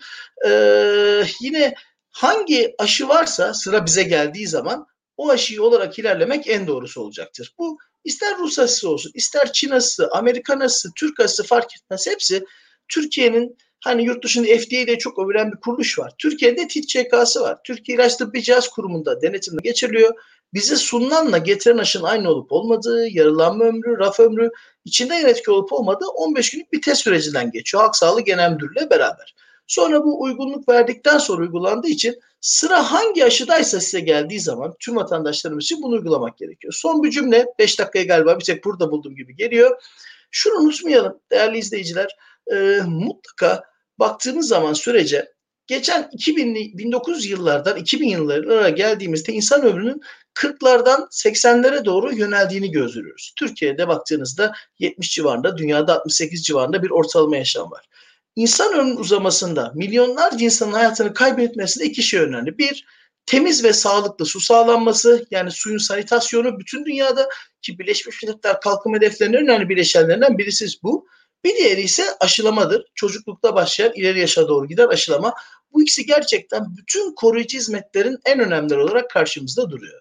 yine hangi aşı varsa sıra bize geldiği zaman o aşıyı olarak ilerlemek en doğrusu olacaktır. Bu İster Rus aşısı olsun, ister Çin aşısı, Amerikan aşısı, Türk aşısı fark etmez. Hepsi Türkiye'nin, hani yurt dışında FDA'de çok övülen bir kuruluş var. Türkiye'de TİTÇK'sı var. Türkiye İlaç Tıbbi Cihaz Kurumu'nda denetimle geçiriliyor. Bize sunulanla getiren aşının aynı olup olmadığı, yarılanma ömrü, raf ömrü, içinde yan etki olup olmadığı 15 günlük bir test sürecinden geçiyor. Halk Sağlığı Genel Müdürlüğü'yle beraber. Sonra bu uygunluk verdikten sonra uygulandığı için sıra hangi aşıdaysa size geldiği zaman tüm vatandaşlarımız için bunu uygulamak gerekiyor. Son bir cümle, 5 dakikayı galiba bir tek burada buldum gibi geliyor. Şunu unutmayalım değerli izleyiciler, mutlaka baktığımız zaman sürece geçen 1900 yıllardan 2000 yıllara geldiğimizde insan ömrünün 40'lardan 80'lere doğru yöneldiğini gözlüyoruz. Türkiye'de baktığınızda 70 civarında, dünyada 68 civarında bir ortalama yaşam var. İnsan ömrünün uzamasında, milyonlarca insanın hayatını kaybetmesinde iki şey önemli. Bir, temiz ve sağlıklı su sağlanması, yani suyun sanitasyonu bütün dünyada, ki Birleşmiş Milletler kalkınma hedeflerinin önemli bileşenlerinden birisi bu. Bir diğeri ise aşılamadır. Çocuklukta başlayan, ileri yaşa doğru giden aşılama. Bu ikisi gerçekten bütün koruyucu hizmetlerin en önemlileri olarak karşımızda duruyor.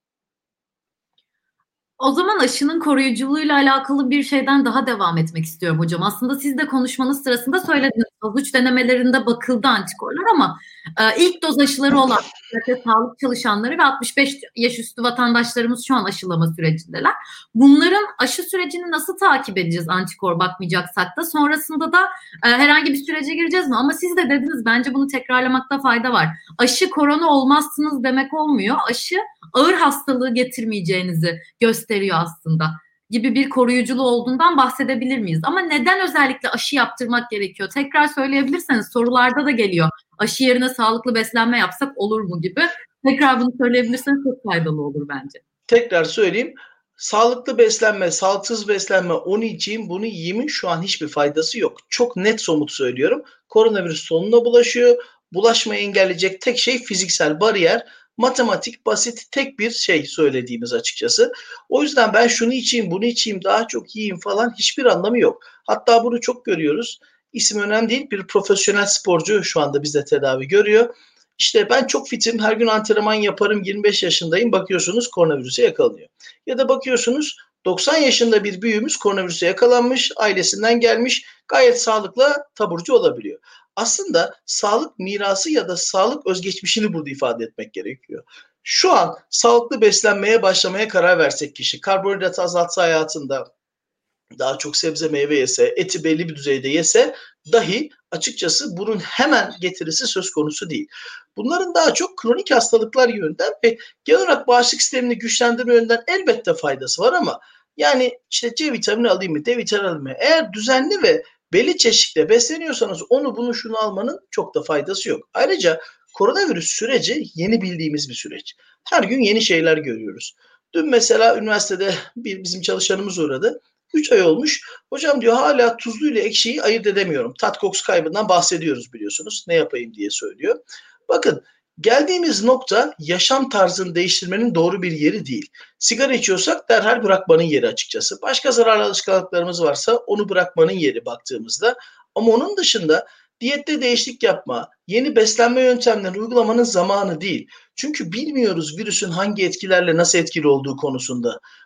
O zaman aşının koruyuculuğuyla alakalı bir şeyden daha devam etmek istiyorum hocam. Aslında siz de konuşmanız sırasında söylediniz. Faz 3 denemelerinde bakıldı antikorlar ama ilk doz aşıları olan sağlık çalışanları ve 65 yaş üstü vatandaşlarımız şu an aşılama sürecindeler. Bunların aşı sürecini nasıl takip edeceğiz antikor bakmayacaksak da? Sonrasında da herhangi bir sürece gireceğiz mi? Ama siz de dediniz, bence bunu tekrarlamakta fayda var. Aşı korona olmazsınız demek olmuyor. Aşı ağır hastalığı getirmeyeceğinizi gösteriyor aslında gibi bir koruyuculuğu olduğundan bahsedebilir miyiz? Ama neden özellikle aşı yaptırmak gerekiyor? Tekrar söyleyebilirseniz, sorularda da geliyor. Aşı yerine sağlıklı beslenme yapsak olur mu gibi. Tekrar bunu söyleyebilirseniz çok faydalı olur bence. Tekrar söyleyeyim. Sağlıklı beslenme, sağlıksız beslenme, onu içeyim, bunu yiyeyim, şu an hiçbir faydası yok. Çok net, somut söylüyorum. Koronavirüs solunumla bulaşıyor. Bulaşmayı engelleyecek tek şey fiziksel bariyer. Matematik, basit, tek bir şey söylediğimiz açıkçası. O yüzden ben şunu içeyim, bunu içeyim, daha çok yiyeyim falan, hiçbir anlamı yok. Hatta bunu çok görüyoruz. İsim önemli değil. Bir profesyonel sporcu şu anda bizde tedavi görüyor. İşte ben çok fitim, her gün antrenman yaparım, 25 yaşındayım, bakıyorsunuz koronavirüse yakalanıyor. Ya da bakıyorsunuz 90 yaşında bir büyüğümüz koronavirüse yakalanmış, ailesinden gelmiş, gayet sağlıklı taburcu olabiliyor. Aslında sağlık mirası ya da sağlık özgeçmişini burada ifade etmek gerekiyor. Şu an sağlıklı beslenmeye başlamaya karar versek kişi, karbonhidratı azaltsa hayatında, daha çok sebze meyve yese, eti belli bir düzeyde yese dahi açıkçası bunun hemen getirisi söz konusu değil. Bunların daha çok kronik hastalıklar yönünden ve genel olarak bağışıklık sistemini güçlendirme yönünden elbette faydası var ama yani işte C vitamini alayım mı, D vitamini alayım mı? Eğer düzenli ve belli çeşitle besleniyorsanız onu bunu şunu almanın çok da faydası yok. Ayrıca koronavirüs süreci yeni bildiğimiz bir süreç. Her gün yeni şeyler görüyoruz. Dün mesela üniversitede bizim çalışanımız uğradı. 3 ay olmuş. Hocam diyor, hala tuzlu ile ekşiyi ayırt edemiyorum. Tat kokusu kaybından bahsediyoruz biliyorsunuz. Ne yapayım diye söylüyor. Bakın, geldiğimiz nokta yaşam tarzını değiştirmenin doğru bir yeri değil. Sigara içiyorsak derhal bırakmanın yeri açıkçası. Başka zararlı alışkanlıklarımız varsa onu bırakmanın yeri baktığımızda. Ama onun dışında diyette değişiklik yapma, yeni beslenme yöntemlerini uygulamanın zamanı değil. Çünkü bilmiyoruz virüsün hangi etkilerle nasıl etkili olduğu konusunda.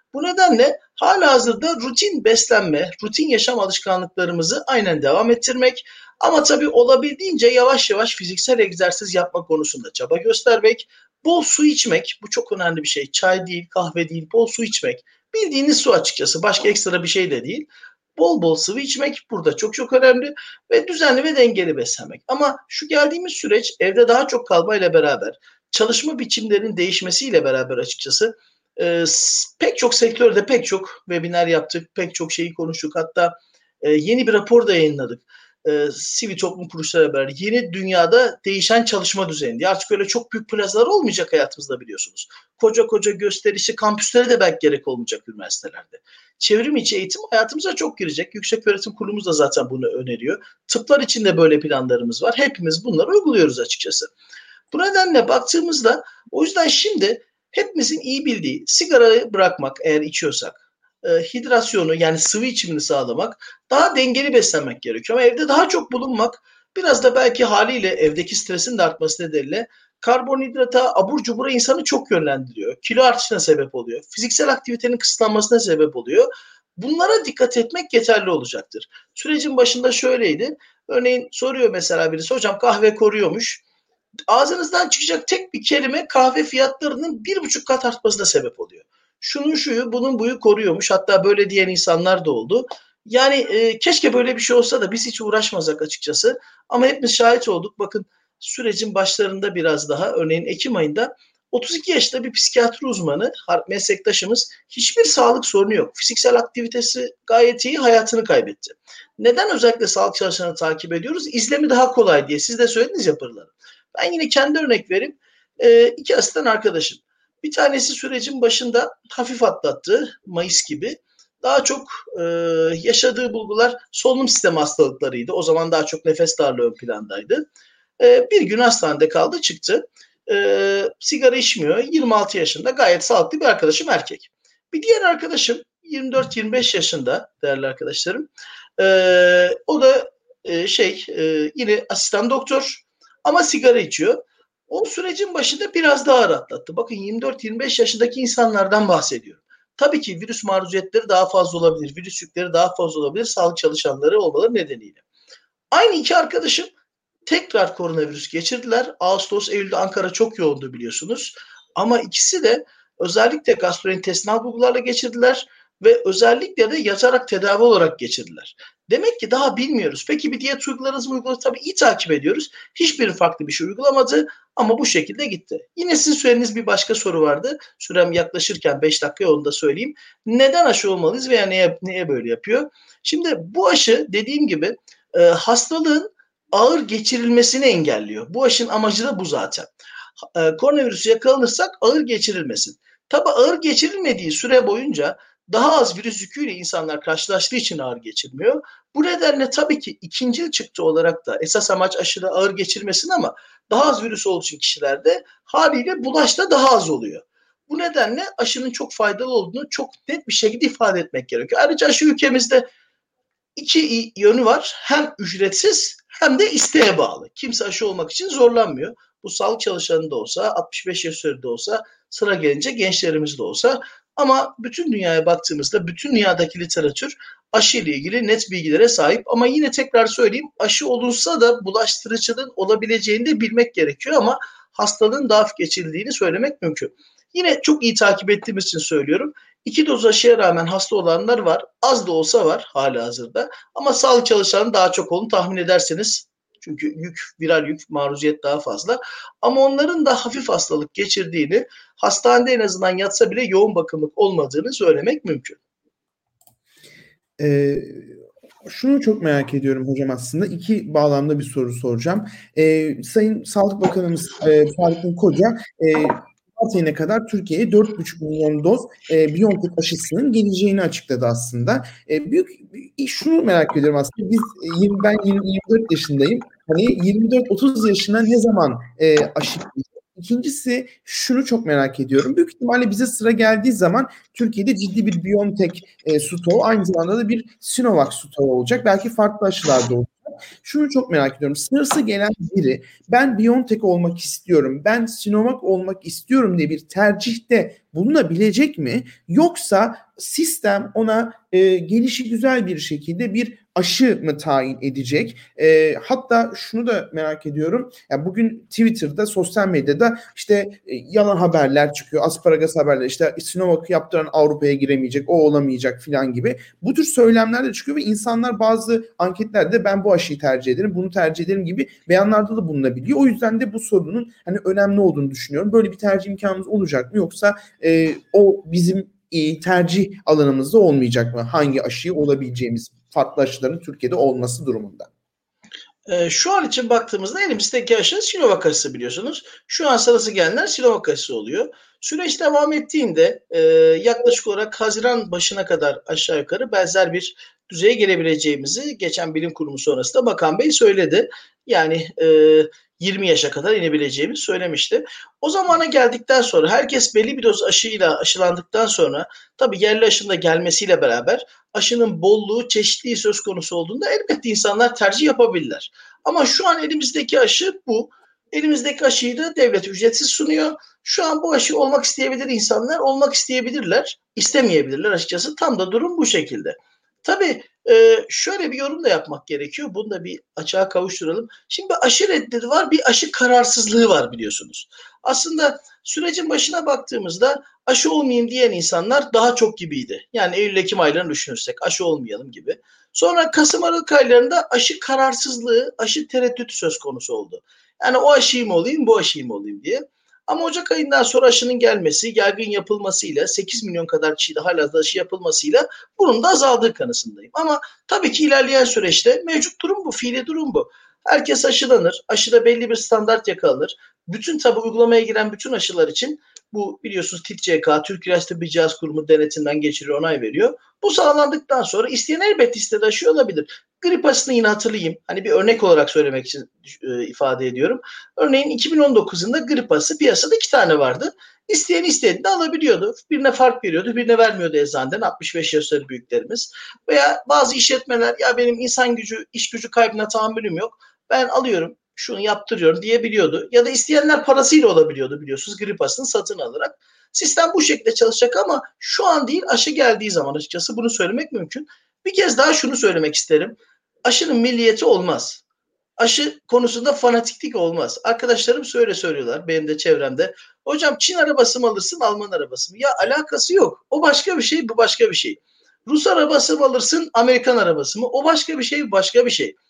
Bu nedenle halihazırda rutin beslenme, rutin yaşam alışkanlıklarımızı aynen devam ettirmek ama tabii olabildiğince yavaş yavaş fiziksel egzersiz yapma konusunda çaba göstermek, bol su içmek, bu çok önemli bir şey. Çay değil, kahve değil, bol su içmek. Bildiğiniz su açıkçası, başka ekstra bir şey de değil. Bol bol sıvı içmek burada çok çok önemli ve düzenli ve dengeli beslenmek. Ama şu geldiğimiz süreç evde daha çok kalmayla beraber, çalışma biçimlerinin değişmesiyle beraber açıkçası pek çok sektörde pek çok webinar yaptık, pek çok şeyi konuştuk. Hatta yeni bir rapor da yayınladık. Sivil toplum kuruluşlarıyla beraber yeni dünyada değişen çalışma düzeni diye. Artık öyle çok büyük plazalar olmayacak hayatımızda biliyorsunuz. Koca koca gösterişli kampüslere de belki gerek olmayacak üniversitelerde. Çevrim içi eğitim hayatımıza çok girecek. Yükseköğretim Kurulumuz da zaten bunu öneriyor. Tıplar için de böyle planlarımız var. Hepimiz bunları uyguluyoruz açıkçası. Bu nedenle baktığımızda o yüzden şimdi hepimizin iyi bildiği sigarayı bırakmak eğer içiyorsak, hidrasyonu yani sıvı içimini sağlamak, daha dengeli beslenmek gerekiyor. Ama evde daha çok bulunmak biraz da belki haliyle evdeki stresin de artması nedeniyle karbonhidrata, abur cubura insanı çok yönlendiriyor. Kilo artışına sebep oluyor. Fiziksel aktivitenin kısıtlanmasına sebep oluyor. Bunlara dikkat etmek yeterli olacaktır. Sürecin başında şöyleydi. Örneğin soruyor mesela birisi, hocam kahve koruyormuş. Ağzınızdan çıkacak tek bir kelime kahve fiyatlarının 1,5 kat artmasına sebep oluyor. Şunun şuyu, bunun buyu koruyormuş. Hatta böyle diyen insanlar da oldu. Yani keşke böyle bir şey olsa da biz hiç uğraşmasak açıkçası. Ama hepimiz şahit olduk. Bakın sürecin başlarında biraz daha, örneğin Ekim ayında 32 yaşında bir psikiyatri uzmanı, meslektaşımız, hiçbir sağlık sorunu yok. Fiziksel aktivitesi gayet iyi, hayatını kaybetti. Neden özellikle sağlık çalışanını takip ediyoruz? İzlemi daha kolay diye. Siz de söylediniz ya Pırıl. Ben yine kendi örnek vereyim. 2 asistan arkadaşım. Bir tanesi sürecin başında hafif atlattı, Mayıs gibi. Daha çok yaşadığı bulgular solunum sistemi hastalıklarıydı. O zaman daha çok nefes darlığı ön plandaydı. Bir gün hastanede kaldı, çıktı. Sigara içmiyor. 26 yaşında, gayet sağlıklı bir arkadaşım, erkek. Bir diğer arkadaşım 24-25 yaşında değerli arkadaşlarım. O da yine asistan doktor ama sigara içiyor. O sürecin başında biraz daha rahatlattı. Bakın 24-25 yaşındaki insanlardan bahsediyorum. Tabii ki virüs maruziyetleri daha fazla olabilir. Virüs yükleri daha fazla olabilir. Sağlık çalışanları olmaları nedeniyle. Aynı iki arkadaşım tekrar koronavirüs geçirdiler. Ağustos, Eylül'de Ankara çok yoğundu biliyorsunuz. Ama ikisi de özellikle gastrointestinal bulgularla geçirdiler ve özellikle de yatarak tedavi olarak geçirdiler. Demek ki daha bilmiyoruz. Peki bir diyet uygularınız mı uyguladı? Tabii iyi takip ediyoruz. Hiçbir farklı bir şey uygulamadı ama bu şekilde gitti. Yine sizin söylediğiniz bir başka soru vardı. Sürem yaklaşırken 5 dakika onu da söyleyeyim. Neden aşı olmalıyız veya neye böyle yapıyor? Şimdi bu aşı dediğim gibi hastalığın ağır geçirilmesini engelliyor. Bu aşının amacı da bu zaten. Koronavirüsü yakalanırsak ağır geçirilmesin. Tabii ağır geçirilmediği süre boyunca daha az virüs yüküyle insanlar karşılaştığı için ağır geçirmiyor. Bu nedenle tabii ki ikincil çıktı olarak da esas amaç aşıda ağır geçirmesin ama daha az virüs olduğu için kişilerde haliyle bulaş da daha az oluyor. Bu nedenle aşının çok faydalı olduğunu çok net bir şekilde ifade etmek gerekiyor. Ayrıca aşı ülkemizde iki yönü var. Hem ücretsiz hem de isteğe bağlı. Kimse aşı olmak için zorlanmıyor. Bu sağlık çalışanı da olsa, 65 yaş üzerinde olsa, sıra gelince gençlerimiz de olsa. Ama bütün dünyaya baktığımızda bütün dünyadaki literatür aşı ile ilgili net bilgilere sahip. Ama yine tekrar söyleyeyim, aşı olunsa da bulaştırıcılığın olabileceğini de bilmek gerekiyor ama hastalığın daha hafif geçirildiğini söylemek mümkün. Yine çok iyi takip ettiğimiz için söylüyorum. 2 doz aşıya rağmen hasta olanlar var. Az da olsa var halihazırda. Ama sağlık çalışanı daha çok olduğunu tahmin ederseniz. Çünkü viral yük, maruziyet daha fazla. Ama onların da hafif hastalık geçirdiğini, hastanede en azından yatsa bile yoğun bakımlık olmadığını söylemek mümkün. Şunu çok merak ediyorum hocam aslında. İki bağlamda bir soru soracağım. Sayın Sağlık Bakanımız Fahrettin Koca Mart ayına kadar Türkiye'ye 4,5 milyon doz BioNTech aşısının geleceğini açıkladı aslında. Şunu merak ediyorum aslında. Ben 24 yaşındayım. Hani 24-30 yaşına ne zaman aşı? İkincisi şunu çok merak ediyorum. Büyük ihtimalle bize sıra geldiği zaman Türkiye'de ciddi bir BioNTech stoğu, aynı zamanda da bir Sinovac stoğu olacak. Belki farklı aşılar da olacak. Şunu çok merak ediyorum. Sırası gelen biri ben BioNTech olmak istiyorum, ben Sinovac olmak istiyorum diye bir tercihte bulunabilecek mi? Yoksa sistem ona gelişi güzel bir şekilde bir aşı mı tayin edecek? Hatta şunu da merak ediyorum. Yani bugün Twitter'da, sosyal medyada işte yalan haberler çıkıyor. Asparagas haberler. İşte Sinovac'ı yaptıran Avrupa'ya giremeyecek, o olamayacak filan gibi. Bu tür söylemler de çıkıyor ve insanlar bazı anketlerde ben bu aşıyı tercih ederim, bunu tercih ederim gibi beyanlarda da bulunabiliyor. O yüzden de bu sorunun hani önemli olduğunu düşünüyorum. Böyle bir tercih imkanımız olacak mı? Yoksa o bizim tercih alanımızda olmayacak mı? Hangi aşıyı olabileceğimiz, farklı aşıların Türkiye'de olması durumunda. Şu an için baktığımızda elimizdeki aşı Sinovac aşısı biliyorsunuz. Şu an sırası gelenler Sinovac aşısı oluyor. Süreç devam ettiğinde yaklaşık olarak Haziran başına kadar aşağı yukarı benzer bir düzeye gelebileceğimizi geçen bilim kurulu sonrasında Bakan Bey söyledi. Yani 20 yaşa kadar inebileceğimizi söylemişti. O zamana geldikten sonra herkes belli bir doz aşıyla aşılandıktan sonra tabii yerli aşının da gelmesiyle beraber aşının bolluğu, çeşitliliği söz konusu olduğunda elbette insanlar tercih yapabilirler. Ama şu an elimizdeki aşı bu. Elimizdeki aşıyı da devlet ücretsiz sunuyor. Şu an bu aşı olmak isteyebilir insanlar, olmak isteyebilirler, istemeyebilirler açıkçası. Tam da durum bu şekilde. Tabii şöyle bir yorum da yapmak gerekiyor. Bunu da bir açığa kavuşturalım. Şimdi bir aşı reddi var, bir aşı kararsızlığı var biliyorsunuz. Aslında sürecin başına baktığımızda aşı olmayayım diyen insanlar daha çok gibiydi. Yani Eylül-Ekim aylarını düşünürsek aşı olmayalım gibi. Sonra Kasım-Aralık aylarında aşı kararsızlığı, aşı tereddütü söz konusu oldu. Yani o aşıyı mı olayım, bu aşıyı mı olayım diye. Ama Ocak ayından sonra aşının gelmesi, yaygın yapılmasıyla, 8 milyon kadar kişide halihazırda aşı yapılmasıyla bunun da azaldığı kanısındayım. Ama tabii ki ilerleyen süreçte mevcut durum bu, fiili durum bu. Herkes aşılanır, aşıda belli bir standart yakalanır. Bütün tabii uygulamaya giren bütün aşılar için bu biliyorsunuz TİTCK, Türk İlaç Tıbbi Cihaz Kurumu denetinden geçiriyor, onay veriyor. Bu sağlandıktan sonra isteyen elbette istediği aşı olabilir. Grip aşısını yine hatırlayayım. Hani bir örnek olarak söylemek için ifade ediyorum. Örneğin 2019 yılında grip aşısı piyasada 2 tane vardı. İsteyen istediğini alabiliyordu. Birine fark veriyordu, birine vermiyordu eczaneden 65 yaş üzeri büyüklerimiz. Veya bazı işletmeler ya benim insan gücü, iş gücü kaybına tahammülüm yok. Ben alıyorum, şunu yaptırıyorum diyebiliyordu. Ya da isteyenler parasıyla olabiliyordu biliyorsunuz grip aşısını satın alarak. Sistem bu şekilde çalışacak ama şu an değil aşı geldiği zaman açıkçası bunu söylemek mümkün. Bir kez daha şunu söylemek isterim. Aşının milliyeti olmaz. Aşı konusunda fanatiklik olmaz. Arkadaşlarım şöyle söylüyorlar benim de çevremde. Hocam Çin arabası mı alırsın, Alman arabası mı? Ya alakası yok. O başka bir şey, bu başka bir şey. Rus arabası mı alırsın, Amerikan arabası mı? O başka bir şey, başka bir şey.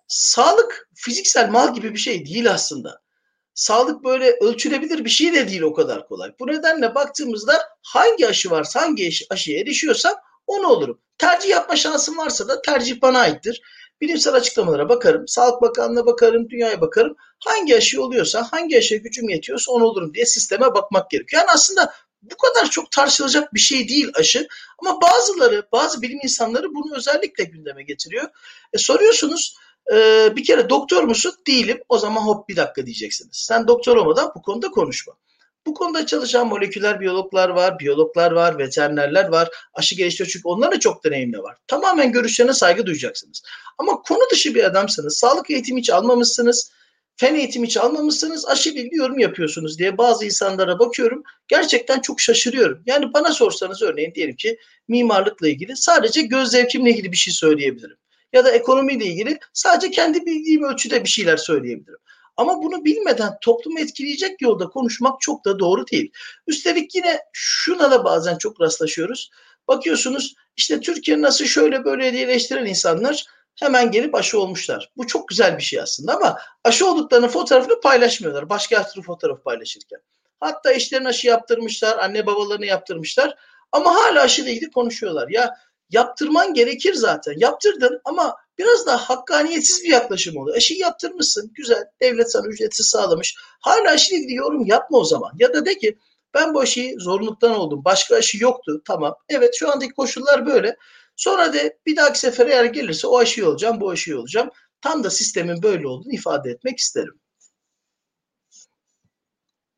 Sağlık fiziksel mal gibi bir şey değil aslında. Sağlık böyle ölçülebilir bir şey de değil o kadar kolay. Bu nedenle baktığımızda hangi aşı varsa, hangi aşıya erişiyorsam onu olurum. Tercih yapma şansım varsa da tercih bana aittir. Bilimsel açıklamalara bakarım, Sağlık Bakanlığı'na bakarım, dünyaya bakarım. Hangi aşı oluyorsa, hangi aşıya gücüm yetiyorsa onu olurum diye sisteme bakmak gerekiyor. Yani aslında bu kadar çok tartışılacak bir şey değil aşı. Ama bazı bilim insanları bunu özellikle gündeme getiriyor. Soruyorsunuz, bir kere doktor musun? Değilim. O zaman hop bir dakika diyeceksiniz. Sen doktor olmadan bu konuda konuşma. Bu konuda çalışan moleküler biyologlar var, veterinerler var. Aşı geliştiriyor çünkü onların da çok deneyimli var. Tamamen görüşlerine saygı duyacaksınız. Ama konu dışı bir adamsınız. Sağlık eğitimi hiç almamışsınız. Fen eğitimi hiç almamışsınız. Aşı ilgili yorum yapıyorsunuz diye bazı insanlara bakıyorum. Gerçekten çok şaşırıyorum. Yani bana sorsanız örneğin diyelim ki mimarlıkla ilgili sadece göz zevkimle ilgili bir şey söyleyebilirim. Ya da ekonomiyle ilgili sadece kendi bildiğim ölçüde bir şeyler söyleyebilirim. Ama bunu bilmeden toplumu etkileyecek yolda konuşmak çok da doğru değil. Üstelik yine şuna da bazen çok rastlaşıyoruz. Bakıyorsunuz işte Türkiye nasıl şöyle böyle diye eleştiren insanlar hemen gelip aşı olmuşlar. Bu çok güzel bir şey aslında ama aşı olduklarının fotoğrafını paylaşmıyorlar. Başka türlü fotoğraf paylaşırken. Hatta eşlerine aşı yaptırmışlar, anne babalarını yaptırmışlar ama hala aşıyla ilgili konuşuyorlar. Ya yaptırman gerekir zaten. Yaptırdın ama biraz daha hakkaniyetsiz bir yaklaşım oluyor. Aşıyı yaptırmışsın. Güzel. Devlet sana ücretsiz sağlamış. Hala aşıyla ilgili yorum yapma o zaman. Ya da de ki ben bu aşıyı zorunluluktan oldum. Başka aşı yoktu. Tamam. Evet şu andaki koşullar böyle. Sonra de bir dahaki sefere eğer gelirse o aşıyı olacağım, bu aşıyı olacağım. Tam da sistemin böyle olduğunu ifade etmek isterim.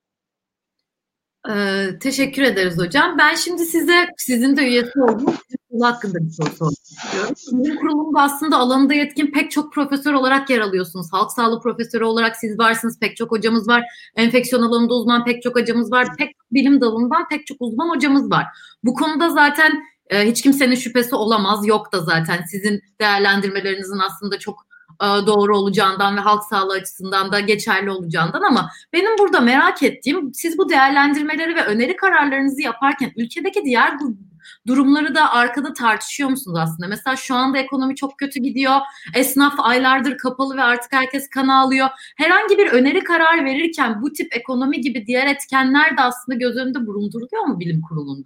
Teşekkür ederiz hocam. Ben şimdi sizin de üyesi olduğunuz Kolu hakkında bir soru sormak istiyorum. Bilim kurulunda aslında alanında yetkin pek çok profesör olarak yer alıyorsunuz. Halk sağlığı profesörü olarak siz varsınız, pek çok hocamız var. Enfeksiyon alanında uzman pek çok hocamız var. Pek çok bilim dalından pek çok uzman hocamız var. Bu konuda zaten hiç kimsenin şüphesi olamaz. Yok da zaten sizin değerlendirmelerinizin aslında çok doğru olacağından ve halk sağlığı açısından da geçerli olacağından, ama benim burada merak ettiğim, siz bu değerlendirmeleri ve öneri kararlarınızı yaparken ülkedeki diğer durumları da arkada tartışıyor musunuz aslında? Mesela şu anda ekonomi çok kötü gidiyor. Esnaf aylardır kapalı ve artık herkes kan ağlıyor. Herhangi bir öneri karar verirken bu tip ekonomi gibi diğer etkenler de aslında göz önünde bulunduruluyor mu bilim kurulunda?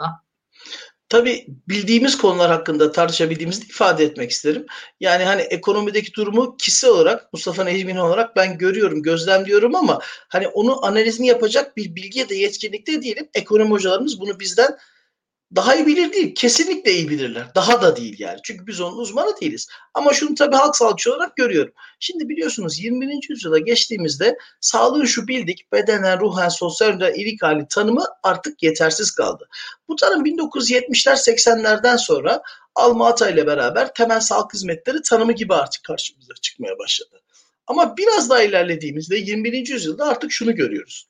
Tabii bildiğimiz konular hakkında tartışabildiğimizi ifade etmek isterim. Yani hani ekonomideki durumu kişisel olarak, Mustafa Necmi olarak ben görüyorum, gözlemliyorum ama hani onu analizini yapacak bir bilgiye de yetkinlikte değilim. Ekonomi hocalarımız bunu bizden daha iyi bilir değil. Kesinlikle iyi bilirler. Daha da değil yani. Çünkü biz onun uzmanı değiliz. Ama şunu tabii halk sağlıkçı olarak görüyorum. Şimdi biliyorsunuz 21. yüzyıla geçtiğimizde sağlığın şu bildik bedenen, ruhen, sosyal yönden iyilik hali tanımı artık yetersiz kaldı. Bu tanım 1970'ler 80'lerden sonra Alma-Ata ile beraber temel sağlık hizmetleri tanımı gibi artık karşımıza çıkmaya başladı. Ama biraz daha ilerlediğimizde 21. yüzyılda artık şunu görüyoruz.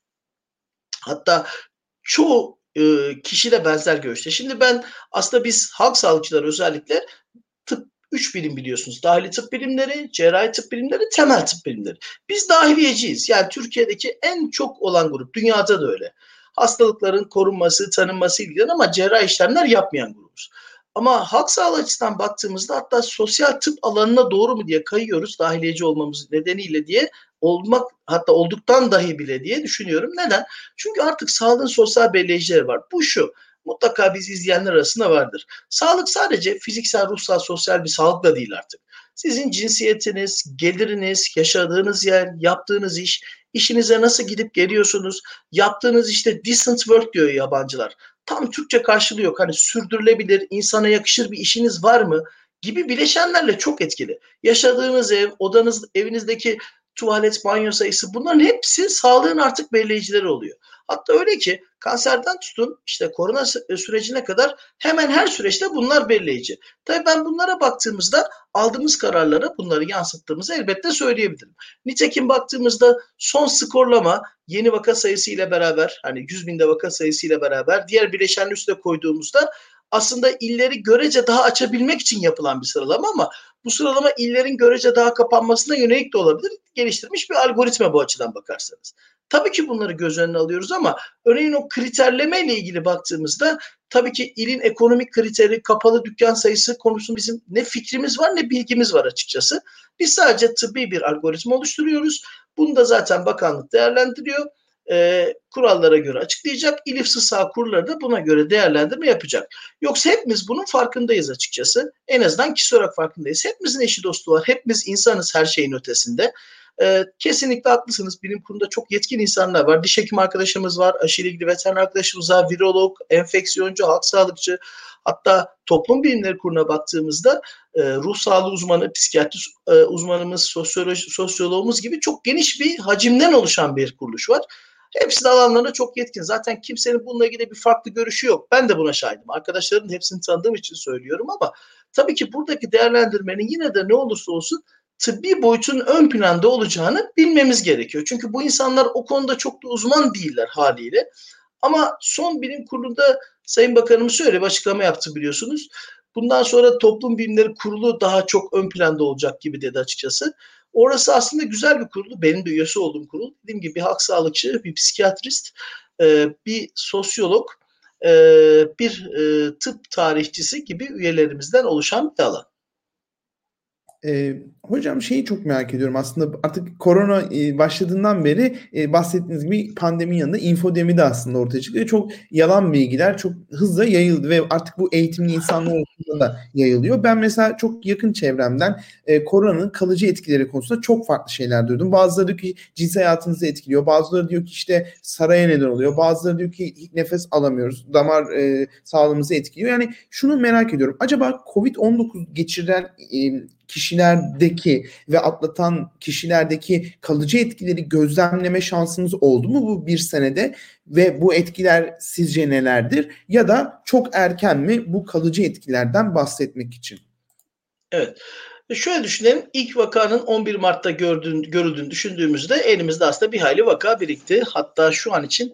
Hatta çoğu kişiyle benzer görüşte. Şimdi ben aslında biz halk sağlıkçıları özellikle tıp 3 bilim biliyorsunuz. Dahili tıp bilimleri, cerrahi tıp bilimleri, temel tıp bilimleri. Biz dahiliyeciyiz. Yani Türkiye'deki en çok olan grup. Dünyada da öyle. Hastalıkların korunması, tanınması ilgilenen ama cerrahi işlemler yapmayan grubuz. Ama halk sağlığı açısından baktığımızda hatta sosyal tıp alanına doğru mu diye kayıyoruz dahiliyeci olmamız nedeniyle diye hatta olduktan dahi bile diye düşünüyorum. Neden? Çünkü artık sağlığın sosyal belleyicileri var. Bu şu, mutlaka bizi izleyenler arasında vardır. Sağlık sadece fiziksel, ruhsal, sosyal bir sağlık da değil artık. Sizin cinsiyetiniz, geliriniz, yaşadığınız yer, yaptığınız iş, işinize nasıl gidip geliyorsunuz, yaptığınız işte decent work diyor yabancılar. Tam Türkçe karşılığı yok. Hani sürdürülebilir, insana yakışır bir işiniz var mı gibi bileşenlerle çok etkili. Yaşadığınız ev, odanız, evinizdeki tuvalet, banyo sayısı, bunların hepsi sağlığın artık belleyicileri oluyor. Hatta öyle ki kanserden tutun işte korona sürecine kadar hemen her süreçte bunlar belleyici. Tabii ben bunlara baktığımızda aldığımız kararlara bunları yansıttığımızı elbette söyleyebilirim. Nitekim baktığımızda son skorlama yeni vaka sayısı ile beraber, hani 100 binde vaka sayısı ile beraber diğer bileşenleri üstüne koyduğumuzda aslında illeri görece daha açabilmek için yapılan bir sıralama ama bu sıralama illerin görece daha kapanmasına yönelik de olabilir. Geliştirilmiş bir algoritma bu açıdan bakarsanız. Tabii ki bunları göz önüne alıyoruz ama örneğin o kriterleme ile ilgili baktığımızda tabii ki ilin ekonomik kriteri, kapalı dükkan sayısı konusunda bizim ne fikrimiz var ne bilgimiz var açıkçası. Biz sadece tıbbi bir algoritma oluşturuyoruz. Bunu da zaten bakanlık değerlendiriyor. Kurallara göre açıklayacak. İl İFSİ Sağ kurulları da buna göre değerlendirme yapacak. Yoksa hepimiz bunun farkındayız açıkçası. En azından kişi olarak farkındayız. Hepimizin eşi dostu var. Hepimiz insanız her şeyin ötesinde. Kesinlikle haklısınız. Bilim kurulunda çok yetkin insanlar var. Diş hekim arkadaşımız var, aşıyla ilgili veteriner arkadaşımız var, virolog, enfeksiyoncu, halk sağlıkçı. Hatta toplum bilimleri kuruluna baktığımızda ruh sağlığı uzmanı, psikiyatri uzmanımız, sosyoloğumuz gibi çok geniş bir hacimden oluşan bir kuruluş var. Hepsi de alanlarında çok yetkin. Zaten kimsenin bununla ilgili bir farklı görüşü yok. Ben de buna şahidim. Arkadaşların hepsini tanıdığım için söylüyorum ama tabii ki buradaki değerlendirmenin yine de ne olursa olsun tıbbi boyutun ön planda olacağını bilmemiz gerekiyor. Çünkü bu insanlar o konuda çok da uzman değiller haliyle. Ama son bilim kurulunda Sayın Bakanımız şöyle bir açıklama yaptı biliyorsunuz. Bundan sonra toplum bilimleri kurulu daha çok ön planda olacak gibi dedi açıkçası. Orası aslında güzel bir kurulu. Benim de üyesi olduğum kurul. Dediğim gibi bir halk sağlıkçı, bir psikiyatrist, bir sosyolog, bir tıp tarihçisi gibi üyelerimizden oluşan bir alan. Hocam şeyi çok merak ediyorum aslında artık korona başladığından beri bahsettiğiniz gibi pandeminin yanında infodemi de aslında ortaya çıkıyor. Çok yalan bilgiler çok hızla yayıldı ve artık bu eğitimli insanlar arasında da yayılıyor. Ben mesela çok yakın çevremden koronanın kalıcı etkileri konusunda çok farklı şeyler duydum. Bazıları diyor ki cinsel hayatınızı etkiliyor. Bazıları diyor ki işte saraya neden oluyor. Bazıları diyor ki nefes alamıyoruz. Damar sağlığımızı etkiliyor. Yani şunu merak ediyorum. Acaba COVID-19 geçiren kişilerdeki ve atlatan kişilerdeki kalıcı etkileri gözlemleme şansınız oldu mu bu bir senede ve bu etkiler sizce nelerdir? Ya da çok erken mi bu kalıcı etkilerden bahsetmek için? Evet. Şöyle düşünelim. İlk vakanın 11 Mart'ta görüldüğünü düşündüğümüzde elimizde aslında bir hayli vaka birikti. Hatta şu an için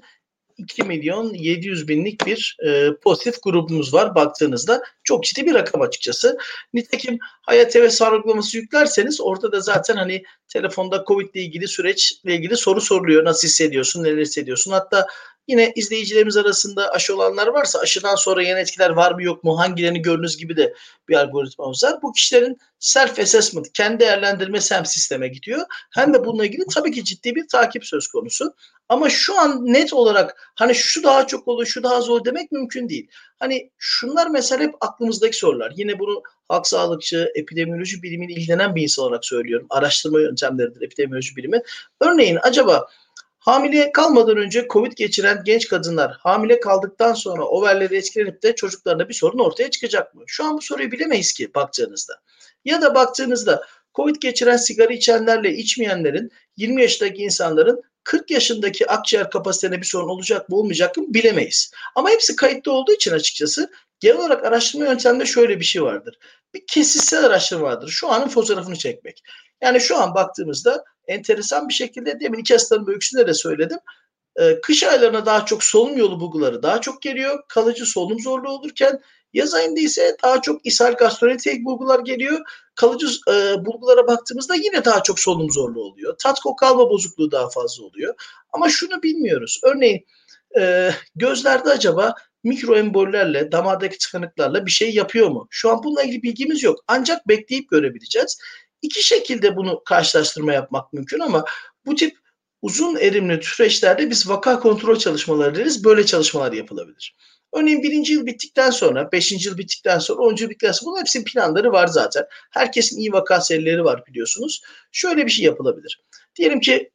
2.700.000'lik bir pozitif grubumuz var baktığınızda. Çok ciddi bir rakam açıkçası. Nitekim Hayat ve sorgulaması yüklerseniz orada da zaten hani telefonda Covid ile ilgili süreçle ilgili soru soruluyor. Nasıl hissediyorsun, neler hissediyorsun? Hatta yine izleyicilerimiz arasında aşı olanlar varsa aşıdan sonra yan etkiler var mı yok mu, hangilerini gördüğünüz gibi de bir algoritmamız var. Bu kişilerin self-assessment, kendi değerlendirmesi hem sisteme gidiyor hem de bununla ilgili tabii ki ciddi bir takip söz konusu. Ama şu an net olarak hani şu daha çok olur, şu daha az olur demek mümkün değil. Hani şunlar mesela hep aklımızdaki sorular. Yine bunu halk sağlıkçı, epidemioloji bilimiyle ilgilenen bir insan olarak söylüyorum. Araştırma yöntemleridir epidemioloji bilimi. Örneğin acaba hamile kalmadan önce Covid geçiren genç kadınlar hamile kaldıktan sonra overleri etkilenip de çocuklarına bir sorun ortaya çıkacak mı? Şu an bu soruyu bilemeyiz ki baktığınızda. Ya da baktığınızda Covid geçiren sigara içenlerle içmeyenlerin 20 yaşındaki insanların 40 yaşındaki akciğer kapasitesine bir sorun olacak mı olmayacak mı bilemeyiz. Ama hepsi kayıtlı olduğu için açıkçası genel olarak araştırma yönteminde şöyle bir şey vardır. Bir kesitsel araştırma vardır. Şu anın fotoğrafını çekmek. Yani şu an baktığımızda enteresan bir şekilde demin iki hastanın öyküsünde de söyledim. Kış aylarına daha çok solunum yolu bulguları daha çok geliyor. Kalıcı solunum zorluğu olurken yaz ayında ise daha çok ishal gastroenterik bulgular geliyor. Kalıcı bulgulara baktığımızda yine daha çok solunum zorluğu oluyor. Tat koku alma bozukluğu daha fazla oluyor. Ama şunu bilmiyoruz. Örneğin gözlerde acaba mikroembollerle, damardaki tıkanıklarla bir şey yapıyor mu? Şu an bununla ilgili bilgimiz yok. Ancak bekleyip görebileceğiz. İki şekilde bunu karşılaştırma yapmak mümkün ama bu tip uzun erimli süreçlerde biz vaka kontrol çalışmaları deriz. Böyle çalışmalar yapılabilir. Örneğin 1. yıl bittikten sonra, 5. yıl bittikten sonra, 10. yıl bittikten sonra bunun hepsinin planları var zaten. Herkesin iyi vaka serileri var biliyorsunuz. Şöyle bir şey yapılabilir. Diyelim ki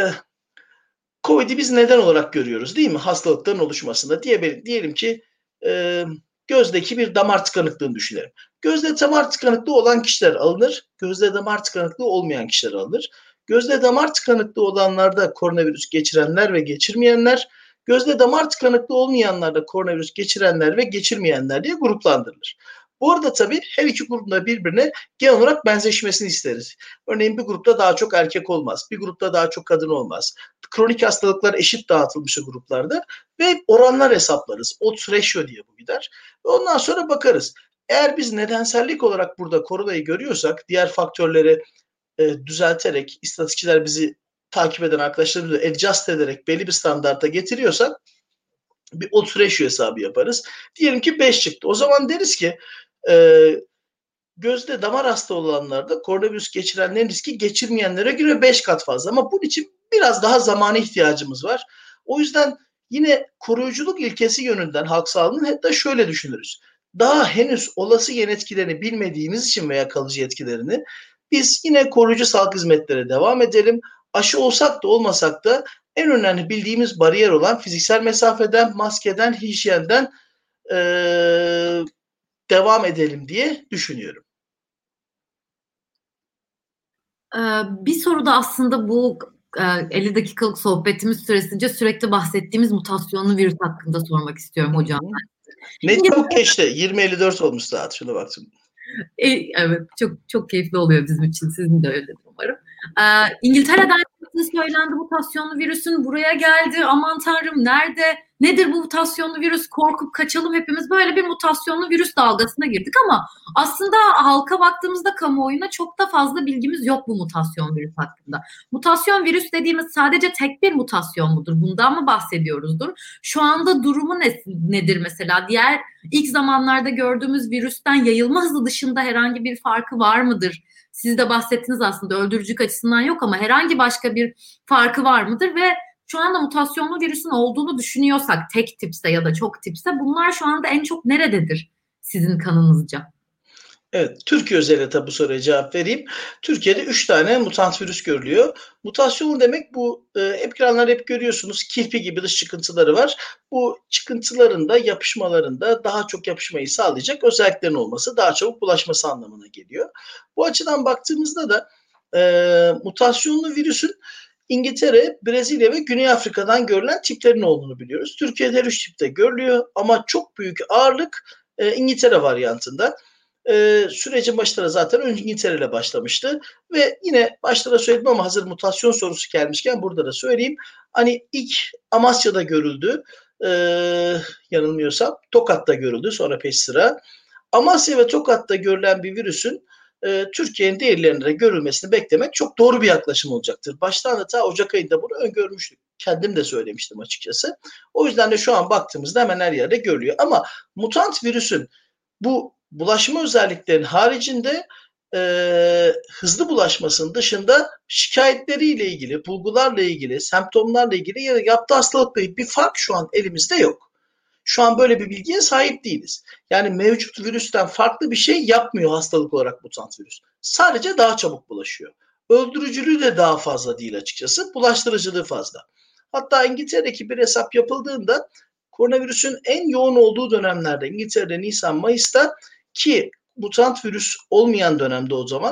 Covid'i biz neden olarak görüyoruz değil mi? Hastalıkların oluşmasında. Diyelim ki gözdeki bir damar tıkanıklığını düşünelim. Gözde damar tıkanıklığı olan kişiler alınır. Gözde damar tıkanıklığı olmayan kişiler alınır. Gözde damar tıkanıklığı olanlarda koronavirüs geçirenler ve geçirmeyenler, gözde damar tıkanıklığı olmayanlarda koronavirüs geçirenler ve geçirmeyenler diye gruplandırılır. Bu arada tabii her iki grubun da birbirine genel olarak benzeşmesini isteriz. Örneğin bir grupta daha çok erkek olmaz, bir grupta daha çok kadın olmaz. Kronik hastalıklar eşit dağıtılmış gruplarda ve oranlar hesaplarız. Odds ratio diye bu gider. Ve ondan sonra bakarız. Eğer biz nedensellik olarak burada koronayı görüyorsak, diğer faktörleri düzelterek, istatistikçiler bizi takip eden arkadaşlarımızla adjust ederek belli bir standarta getiriyorsak bir odds ratio hesabı yaparız. Diyelim ki 5 çıktı. O zaman deriz ki gözde damar hasta olanlarda koronavirüs geçirenlerin riski geçirmeyenlere göre 5 kat fazla. Ama bunun için biraz daha zamana ihtiyacımız var. O yüzden yine koruyuculuk ilkesi yönünden halk sağlığının hatta şöyle düşünürüz. Daha henüz olası yan etkilerini bilmediğimiz için veya kalıcı etkilerini biz yine koruyucu sağlık hizmetlere devam edelim. Aşı olsak da olmasak da en önemli bildiğimiz bariyer olan fiziksel mesafeden, maskeden, hijyenden devam edelim diye düşünüyorum. Bir soru da aslında bu 50 dakikalık sohbetimiz süresince sürekli bahsettiğimiz mutasyonlu virüs hakkında sormak istiyorum hocam. Ne çok geçti. 20.54 olmuş saat. Şuna baktım. Evet, çok keyifli oluyor bizim için. Sizin de öyledir umarım. İngiltere'den söylendi mutasyonlu virüsün buraya geldi. Aman tanrım nerede? Nedir bu mutasyonlu virüs? Korkup kaçalım hepimiz. Böyle bir mutasyonlu virüs dalgasına girdik ama aslında halka baktığımızda kamuoyuna çok da fazla bilgimiz yok bu mutasyon virüs hakkında. Mutasyon virüs dediğimiz sadece tek bir mutasyon mudur? Bundan mı bahsediyoruzdur? Şu anda durumu nedir mesela? Diğer ilk zamanlarda gördüğümüz virüsten yayılma hızı dışında herhangi bir farkı var mıdır? Siz de bahsettiniz aslında öldürücülük açısından yok ama herhangi başka bir farkı var mıdır ve şu anda mutasyonlu virüsün olduğunu düşünüyorsak tek tipse ya da çok tipse bunlar şu anda en çok nerededir sizin kanınızca? Evet, Türkiye özelinde tabi bu soruya cevap vereyim. Türkiye'de 3 tane mutant virüs görülüyor. Mutasyon demek bu ekranlar hep görüyorsunuz kirpi gibi dış çıkıntıları var. Bu çıkıntıların da yapışmalarında daha çok yapışmayı sağlayacak özelliklerin olması, daha çabuk bulaşması anlamına geliyor. Bu açıdan baktığımızda da mutasyonlu virüsün İngiltere, Brezilya ve Güney Afrika'dan görülen tiplerin olduğunu biliyoruz. Türkiye'de her 3 tipte görülüyor ama çok büyük ağırlık İngiltere varyantında. Sürecin başları zaten önce İngiltere ile başlamıştı ve yine başta da söyledim ama hazır mutasyon sorusu gelmişken burada da söyleyeyim. Hani ilk Amasya'da görüldü, yanılmıyorsam Tokat'ta görüldü sonra peş sıra. Amasya ve Tokat'ta görülen bir virüsün Türkiye'nin diğerlerinde de görülmesini beklemek çok doğru bir yaklaşım olacaktır. Baştan da ta Ocak ayında bunu öngörmüştük. Kendim de söylemiştim açıkçası. O yüzden de şu an baktığımızda hemen her yerde görülüyor. Ama mutant virüsün bu bulaşma özelliklerinin haricinde hızlı bulaşmasının dışında şikayetleriyle ilgili, bulgularla ilgili, semptomlarla ilgili ya da yaptığı hastalıkla ilgili bir fark şu an elimizde yok. Şu an böyle bir bilgiye sahip değiliz. Yani mevcut virüsten farklı bir şey yapmıyor hastalık olarak mutant virüs. Sadece daha çabuk bulaşıyor. Öldürücülüğü de daha fazla değil açıkçası. Bulaştırıcılığı fazla. Hatta İngiltere'deki bir hesap yapıldığında koronavirüsün en yoğun olduğu dönemlerde İngiltere'de Nisan-Mayıs'ta ki mutant virüs olmayan dönemde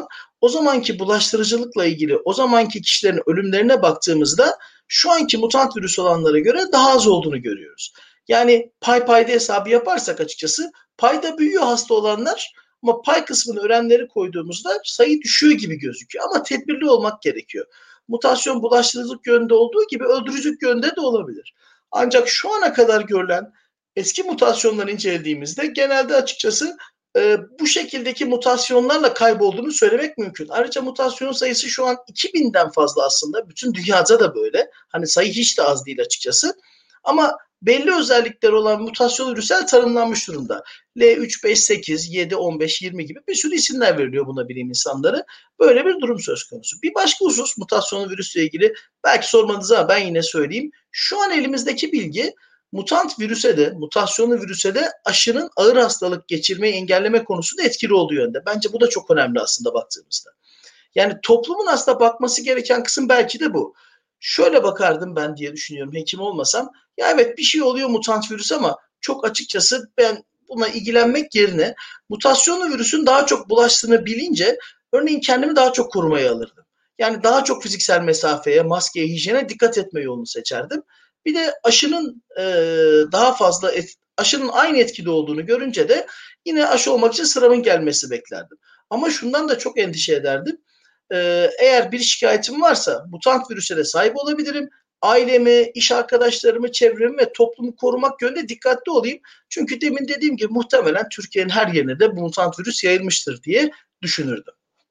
o zamanki bulaştırıcılıkla ilgili o zamanki kişilerin ölümlerine baktığımızda şu anki mutant virüs olanlara göre daha az olduğunu görüyoruz. Yani payda hesabı yaparsak açıkçası payda büyüyor hasta olanlar ama pay kısmını öğrenleri koyduğumuzda sayı düşüyor gibi gözüküyor. Ama tedbirli olmak gerekiyor. Mutasyon bulaştırıcılık yönünde olduğu gibi öldürücülük yönünde de olabilir. Ancak şu ana kadar görülen eski mutasyonları incelediğimizde genelde açıkçası bu şekildeki mutasyonlarla kaybolduğunu söylemek mümkün. Ayrıca mutasyon sayısı şu an 2000'den fazla aslında. Bütün dünyada da böyle. Hani sayı hiç de az değil açıkçası. Ama belli özellikleri olan mutasyon virüsler tanımlanmış durumda. L3, 5, 8, 7, 15, 20 gibi bir sürü isimler veriliyor buna bilim insanları. Böyle bir durum söz konusu. Bir başka husus mutasyonlu virüsle ilgili belki sormadınız ama ben yine söyleyeyim. Şu an elimizdeki bilgi mutant virüse de, mutasyonlu virüse de aşının ağır hastalık geçirmeyi engelleme konusunda etkili olduğu yönde. Bence bu da çok önemli aslında baktığımızda. Yani toplumun aslında bakması gereken kısım belki de bu. Şöyle bakardım ben diye düşünüyorum hekim olmasam. Ya evet bir şey oluyor mutant virüs ama çok açıkçası ben buna ilgilenmek yerine mutasyonlu virüsün daha çok bulaştığını bilince örneğin kendimi daha çok korumaya alırdım. Yani daha çok fiziksel mesafeye, maskeye, hijyene dikkat etme yolunu seçerdim. Bir de aşının daha fazla aşının aynı etkili olduğunu görünce de yine aşı olmak için sıramın gelmesi beklerdim. Ama şundan da çok endişe ederdim. Eğer bir şikayetim varsa mutant virüse de sahip olabilirim. Ailemi, iş arkadaşlarımı, çevremi ve toplumu korumak yönünde dikkatli olayım. Çünkü demin dediğim gibi muhtemelen Türkiye'nin her yerine de bu mutant virüs yayılmıştır diye düşünürdüm.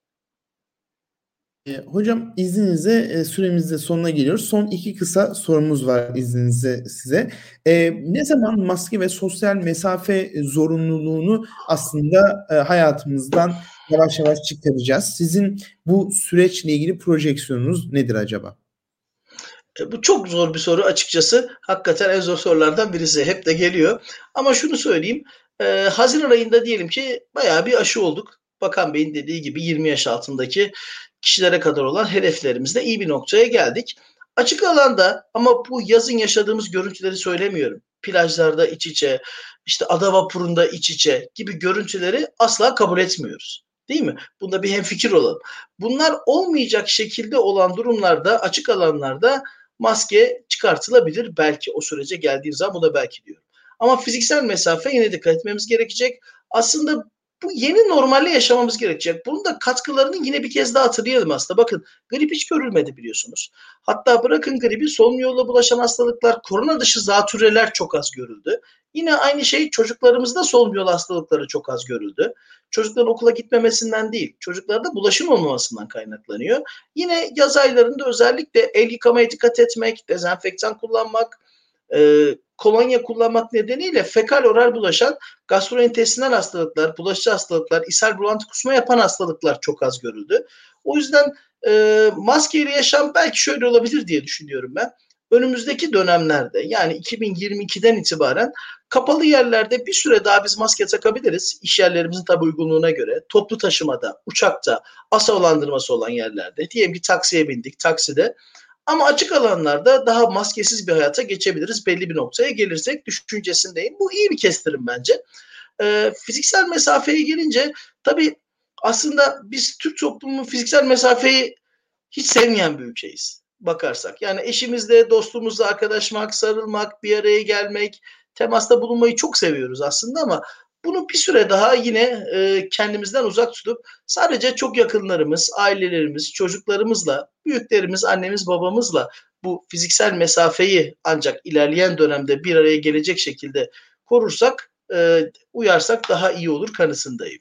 Hocam izninizle süremizde sonuna geliyoruz. Son iki kısa sorumuz var izninizle size. Ne zaman maske ve sosyal mesafe zorunluluğunu aslında hayatımızdan yavaş yavaş çıkaracağız? Sizin bu süreçle ilgili projeksiyonunuz nedir acaba? Bu çok zor bir soru açıkçası. Hakikaten en zor sorulardan birisi. Hep de geliyor. Ama şunu söyleyeyim. Haziran ayında diyelim ki bayağı bir aşı olduk. Bakan Bey'in dediği gibi 20 yaş altındaki kişilere kadar olan hedeflerimizde iyi bir noktaya geldik. Açık alanda ama bu yazın yaşadığımız görüntüleri söylemiyorum. Plajlarda iç içe, işte ada vapurunda iç içe gibi görüntüleri asla kabul etmiyoruz. Değil mi? Bunda bir hemfikir olalım. Bunlar olmayacak şekilde olan durumlarda, açık alanlarda maske çıkartılabilir. Belki o sürece geldiği zaman buna belki diyorum. Ama fiziksel mesafe yine dikkat etmemiz gerekecek. Aslında bu yeni normalle yaşamamız gerekecek. Bunun da katkılarını yine bir kez daha hatırlayalım aslında. Bakın grip hiç görülmedi biliyorsunuz. Hatta bırakın gribi solunum yoluyla bulaşan hastalıklar, korona dışı zatürreler çok az görüldü. Yine aynı şey çocuklarımızda solunum yolu hastalıkları çok az görüldü. Çocukların okula gitmemesinden değil, çocuklarda bulaşım olmamasından kaynaklanıyor. Yine yaz aylarında özellikle el yıkamaya dikkat etmek, dezenfektan kullanmak, kolonya kullanmak nedeniyle fekal oral bulaşan gastrointestinal hastalıklar, bulaşıcı hastalıklar, ishal, bulantı, kusma yapan hastalıklar çok az görüldü. O yüzden maskeyle yaşam belki şöyle olabilir diye düşünüyorum ben. önümüzdeki dönemlerde yani 2022'den itibaren kapalı yerlerde bir süre daha biz maske takabiliriz. İş yerlerimizin tabii uygunluğuna göre. Toplu taşımada, uçakta, havalandırması olan yerlerde. Diyelim ki taksiye bindik, takside. Ama açık alanlarda daha maskesiz bir hayata geçebiliriz. Belli bir noktaya gelirsek düşüncesindeyim. Bu iyi bir kestirim bence. Fiziksel mesafeye gelince tabii aslında biz Türk toplumunun fiziksel mesafeyi hiç sevmeyen bir ülkeyiz bakarsak. Yani eşimizle, dostumuzla arkadaşmak, sarılmak, bir araya gelmek, temasta bulunmayı çok seviyoruz aslında ama bunu bir süre daha yine kendimizden uzak tutup sadece çok yakınlarımız, ailelerimiz, çocuklarımızla, büyüklerimiz, annemiz, babamızla bu fiziksel mesafeyi ancak ilerleyen dönemde bir araya gelecek şekilde korursak, uyarsak daha iyi olur kanısındayım.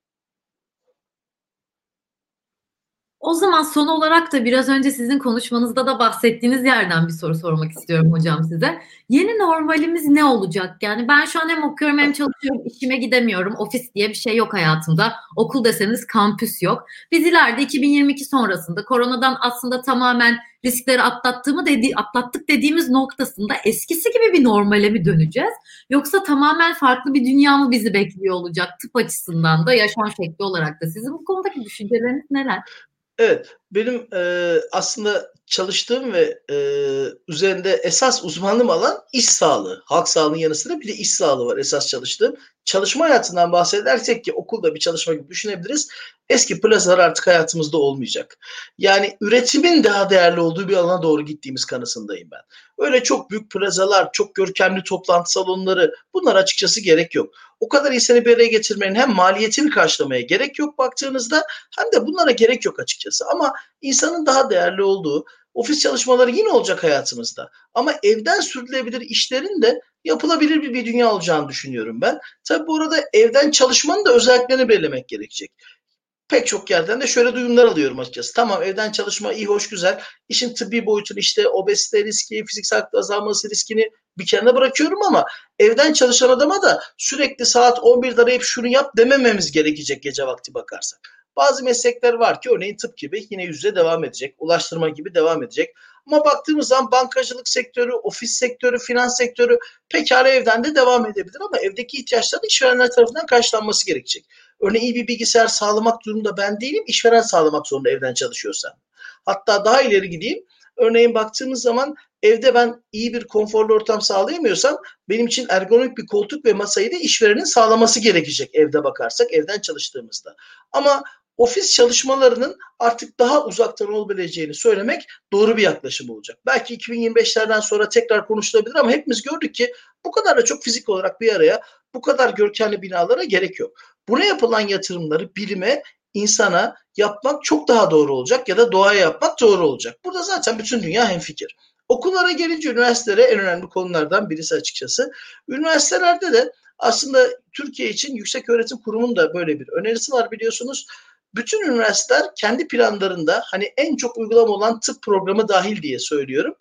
O zaman son olarak da biraz önce sizin konuşmanızda da bahsettiğiniz yerden bir soru sormak istiyorum hocam size. Yeni normalimiz ne olacak? Yani ben şu an hem okuyorum hem çalışıyorum, işime gidemiyorum. Ofis diye bir şey yok hayatımda. Okul deseniz kampüs yok. Biz ileride 2022 sonrasında koronadan aslında tamamen riskleri atlattık dediğimiz noktasında eskisi gibi bir normale mi döneceğiz? Yoksa tamamen farklı bir dünya mı bizi bekliyor olacak tıp açısından da yaşam şekli olarak da? Sizin bu konudaki düşünceleriniz neler? Evet, benim aslında çalıştığım ve üzerinde esas uzmanlığım alan iş sağlığı. Halk sağlığının yanı sıra bir de iş sağlığı var esas çalıştığım. Çalışma hayatından bahsedersek ki okulda bir çalışma gibi düşünebiliriz. Eski plazalar artık hayatımızda olmayacak. Yani üretimin daha değerli olduğu bir alana doğru gittiğimiz kanısındayım ben. Öyle çok büyük plazalar, çok görkemli toplantı salonları bunlar açıkçası gerek yok. O kadar insanı bir araya getirmenin hem maliyetini karşılamaya gerek yok baktığınızda hem de bunlara gerek yok açıkçası. Ama insanın daha değerli olduğu ofis çalışmaları yine olacak hayatımızda. Ama evden sürdürülebilir işlerin de yapılabilir bir dünya olacağını düşünüyorum ben. Tabii bu arada evden çalışmanın da özelliklerini belirlemek gerekecek. Pek çok yerden de şöyle duyumlar alıyorum açıkçası. Tamam evden çalışma iyi, hoş, güzel. İşin tıbbi boyutunu işte obezite riski, fiziksel azalması riskini bir kenara bırakıyorum ama evden çalışan adama da sürekli saat 11'de arayıp şunu yap demememiz gerekecek gece vakti bakarsak. Bazı meslekler var ki örneğin tıp gibi yine yüzde devam edecek. Ulaştırma gibi devam edecek. Ama baktığımız zaman bankacılık sektörü, ofis sektörü, finans sektörü pekala evden de devam edebilir ama evdeki ihtiyaçların işverenler tarafından karşılanması gerekecek. Örneğin iyi bir bilgisayar sağlamak durumunda ben değilim, işveren sağlamak zorunda evden çalışıyorsam. Hatta daha ileri gideyim. Örneğin baktığımız zaman evde ben iyi bir konforlu ortam sağlayamıyorsam benim için ergonomik bir koltuk ve masayı da işverenin sağlaması gerekecek evde bakarsak, evden çalıştığımızda. Ama ofis çalışmalarının artık daha uzaktan olabileceğini söylemek doğru bir yaklaşım olacak. Belki 2025'lerden sonra tekrar konuşulabilir ama hepimiz gördük ki bu kadar da çok fizik olarak bir araya, bu kadar görkemli binalara gerek yok. Buna yapılan yatırımları bilime, insana yapmak çok daha doğru olacak ya da doğaya yapmak doğru olacak. Burada zaten bütün dünya hemfikir. Okullara gelince üniversitelere en önemli konulardan birisi açıkçası. Üniversitelerde de aslında Türkiye için Yükseköğretim Kurumu'nun da böyle bir önerisi var biliyorsunuz. Bütün üniversiteler kendi planlarında hani en çok uygulama olan tıp programı dahil diye söylüyorum.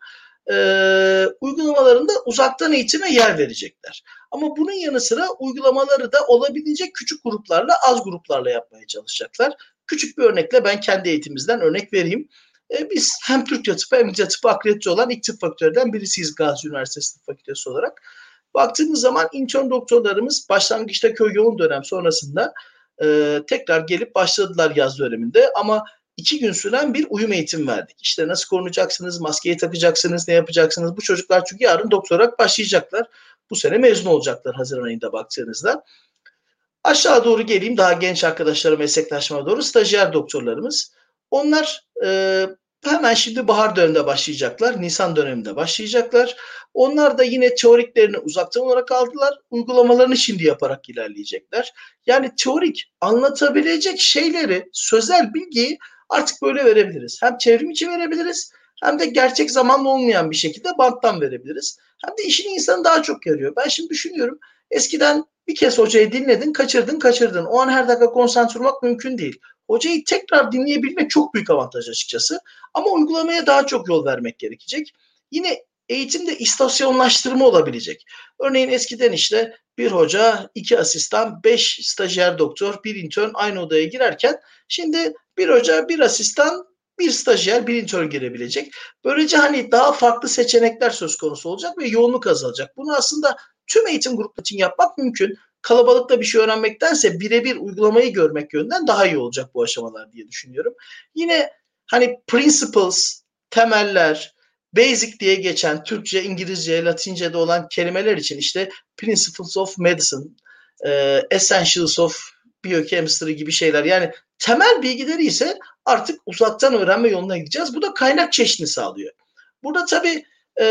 Uygulamalarında uzaktan eğitime yer verecekler. Ama bunun yanı sıra uygulamaları da olabildiğince küçük gruplarla, az gruplarla yapmaya çalışacaklar. Küçük bir örnekle ben kendi eğitimimizden örnek vereyim. Biz hem Türkçe tıpı hem İngilizce tıpı akredite olan ilk tıp fakültelerinden birisiyiz Gazi Üniversitesi Tıp Fakültesi olarak. Baktığımız zaman intern doktorlarımız başlangıçta köy yoğun dönem sonrasında tekrar gelip başladılar yaz döneminde ama 2 gün süren bir uyum eğitimi verdik. İşte nasıl korunacaksınız, maskeyi takacaksınız, ne yapacaksınız? Bu çocuklar çünkü yarın doktor olarak başlayacaklar. Bu sene mezun olacaklar Haziran ayında baktığınızda. Aşağı doğru geleyim daha genç arkadaşlara, meslektaşlarıma doğru stajyer doktorlarımız. Onlar hemen şimdi bahar döneminde başlayacaklar, Nisan döneminde başlayacaklar. Onlar da yine teoriklerini uzaktan olarak aldılar, uygulamalarını şimdi yaparak ilerleyecekler. Yani teorik anlatabilecek şeyleri, sözel bilgiyi artık böyle verebiliriz. Hem çevrim içi verebiliriz hem de gerçek zamanlı olmayan bir şekilde banttan verebiliriz. Hem de işin insanı daha çok yarıyor. Ben şimdi düşünüyorum eskiden bir kez hocayı dinledin, kaçırdın. O an her dakika konsantre olmak mümkün değil. Hocayı tekrar dinleyebilmek çok büyük avantaj açıkçası. Ama uygulamaya daha çok yol vermek gerekecek. Yine eğitimde istasyonlaştırma olabilecek. Örneğin eskiden işte bir hoca, 2 asistan, 5 stajyer doktor, 1 intern aynı odaya girerken şimdi bir hoca, 1 asistan, bir stajyer, bir intern girebilecek. Böylece hani daha farklı seçenekler söz konusu olacak ve yoğunluk azalacak. Bunu aslında tüm eğitim grupları için yapmak mümkün. Kalabalıkta bir şey öğrenmektense birebir uygulamayı görmek yönden daha iyi olacak bu aşamalar diye düşünüyorum. Yine hani principles, temeller, basic diye geçen Türkçe, İngilizce, Latince'de olan kelimeler için işte principles of medicine, essentials of biochemistry gibi şeyler. Yani temel bilgileri ise artık uzaktan öğrenme yoluna gideceğiz. Bu da kaynak çeşitini sağlıyor. Burada tabii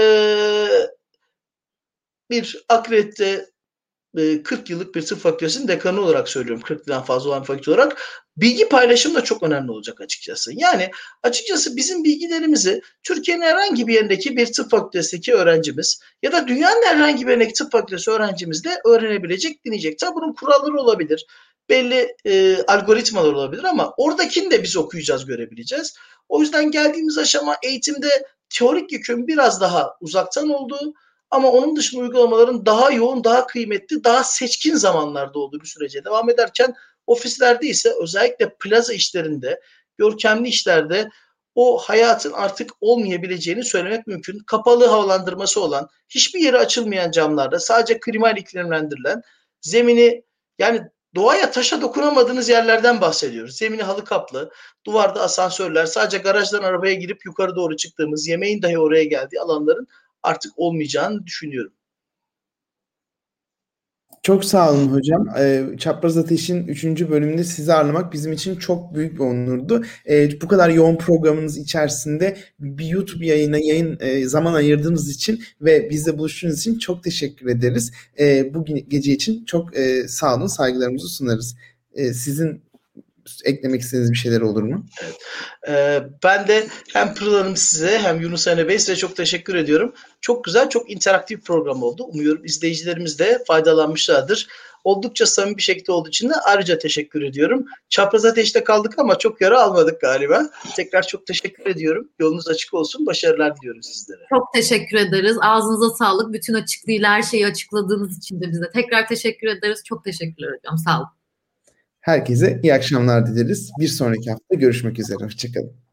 bir akredite 40 yıllık bir tıp fakültesinin dekanı olarak söylüyorum. 40 yıldan fazla olan fakülte olarak. Bilgi paylaşımı da çok önemli olacak açıkçası. Yani açıkçası bizim bilgilerimizi Türkiye'nin herhangi bir yerindeki bir tıp fakültesindeki öğrencimiz ya da dünyanın herhangi bir yerindeki tıp fakültesi öğrencimiz de öğrenebilecek, dinleyecek. Tabi bunun kuralları olabilir. Belli algoritmalar olabilir ama oradakini de biz okuyacağız, görebileceğiz. O yüzden geldiğimiz aşama eğitimde teorik yükün biraz daha uzaktan olduğu ama onun dışında uygulamaların daha yoğun, daha kıymetli, daha seçkin zamanlarda olduğu bir sürece devam ederken ofislerde ise özellikle plaza işlerinde, görkemli işlerde o hayatın artık olmayabileceğini söylemek mümkün. Kapalı havalandırması olan, hiçbir yeri açılmayan camlarda sadece klimayla iklimlendirilen, zemini yani doğaya, taşa dokunamadığınız yerlerden bahsediyoruz. Zemini halı kaplı, duvarda asansörler, sadece garajdan arabaya girip yukarı doğru çıktığımız, yemeğin dahi oraya geldiği alanların artık olmayacağını düşünüyorum. Çok sağ olun hocam. Çapraz Ateş'in 3. bölümünde sizi ağırlamak bizim için çok büyük bir onurdu. Bu kadar yoğun programınız içerisinde bir YouTube yayın zaman ayırdığınız için ve bizle buluştuğunuz için çok teşekkür ederiz. Bu gece için çok sağ olun, saygılarımızı sunarız. Sizin eklemek istediğiniz bir şeyler olur mu? Evet. Ben de hem Pırıl Hanım size hem Yunus Emre Bey size çok teşekkür ediyorum. Çok güzel, çok interaktif bir program oldu. Umuyorum izleyicilerimiz de faydalanmışlardır. Oldukça samimi bir şekilde olduğu için de ayrıca teşekkür ediyorum. Çapraz Ateş'te kaldık ama çok yara almadık galiba. Tekrar çok teşekkür ediyorum. Yolunuz açık olsun. Başarılar diliyorum sizlere. Çok teşekkür ederiz. Ağzınıza sağlık. Bütün açıklığıyla her şeyi açıkladığınız için de bize tekrar teşekkür ederiz. Çok teşekkürler hocam. Sağ olun. Herkese iyi akşamlar dileriz. Bir sonraki hafta görüşmek üzere. Hoşçakalın.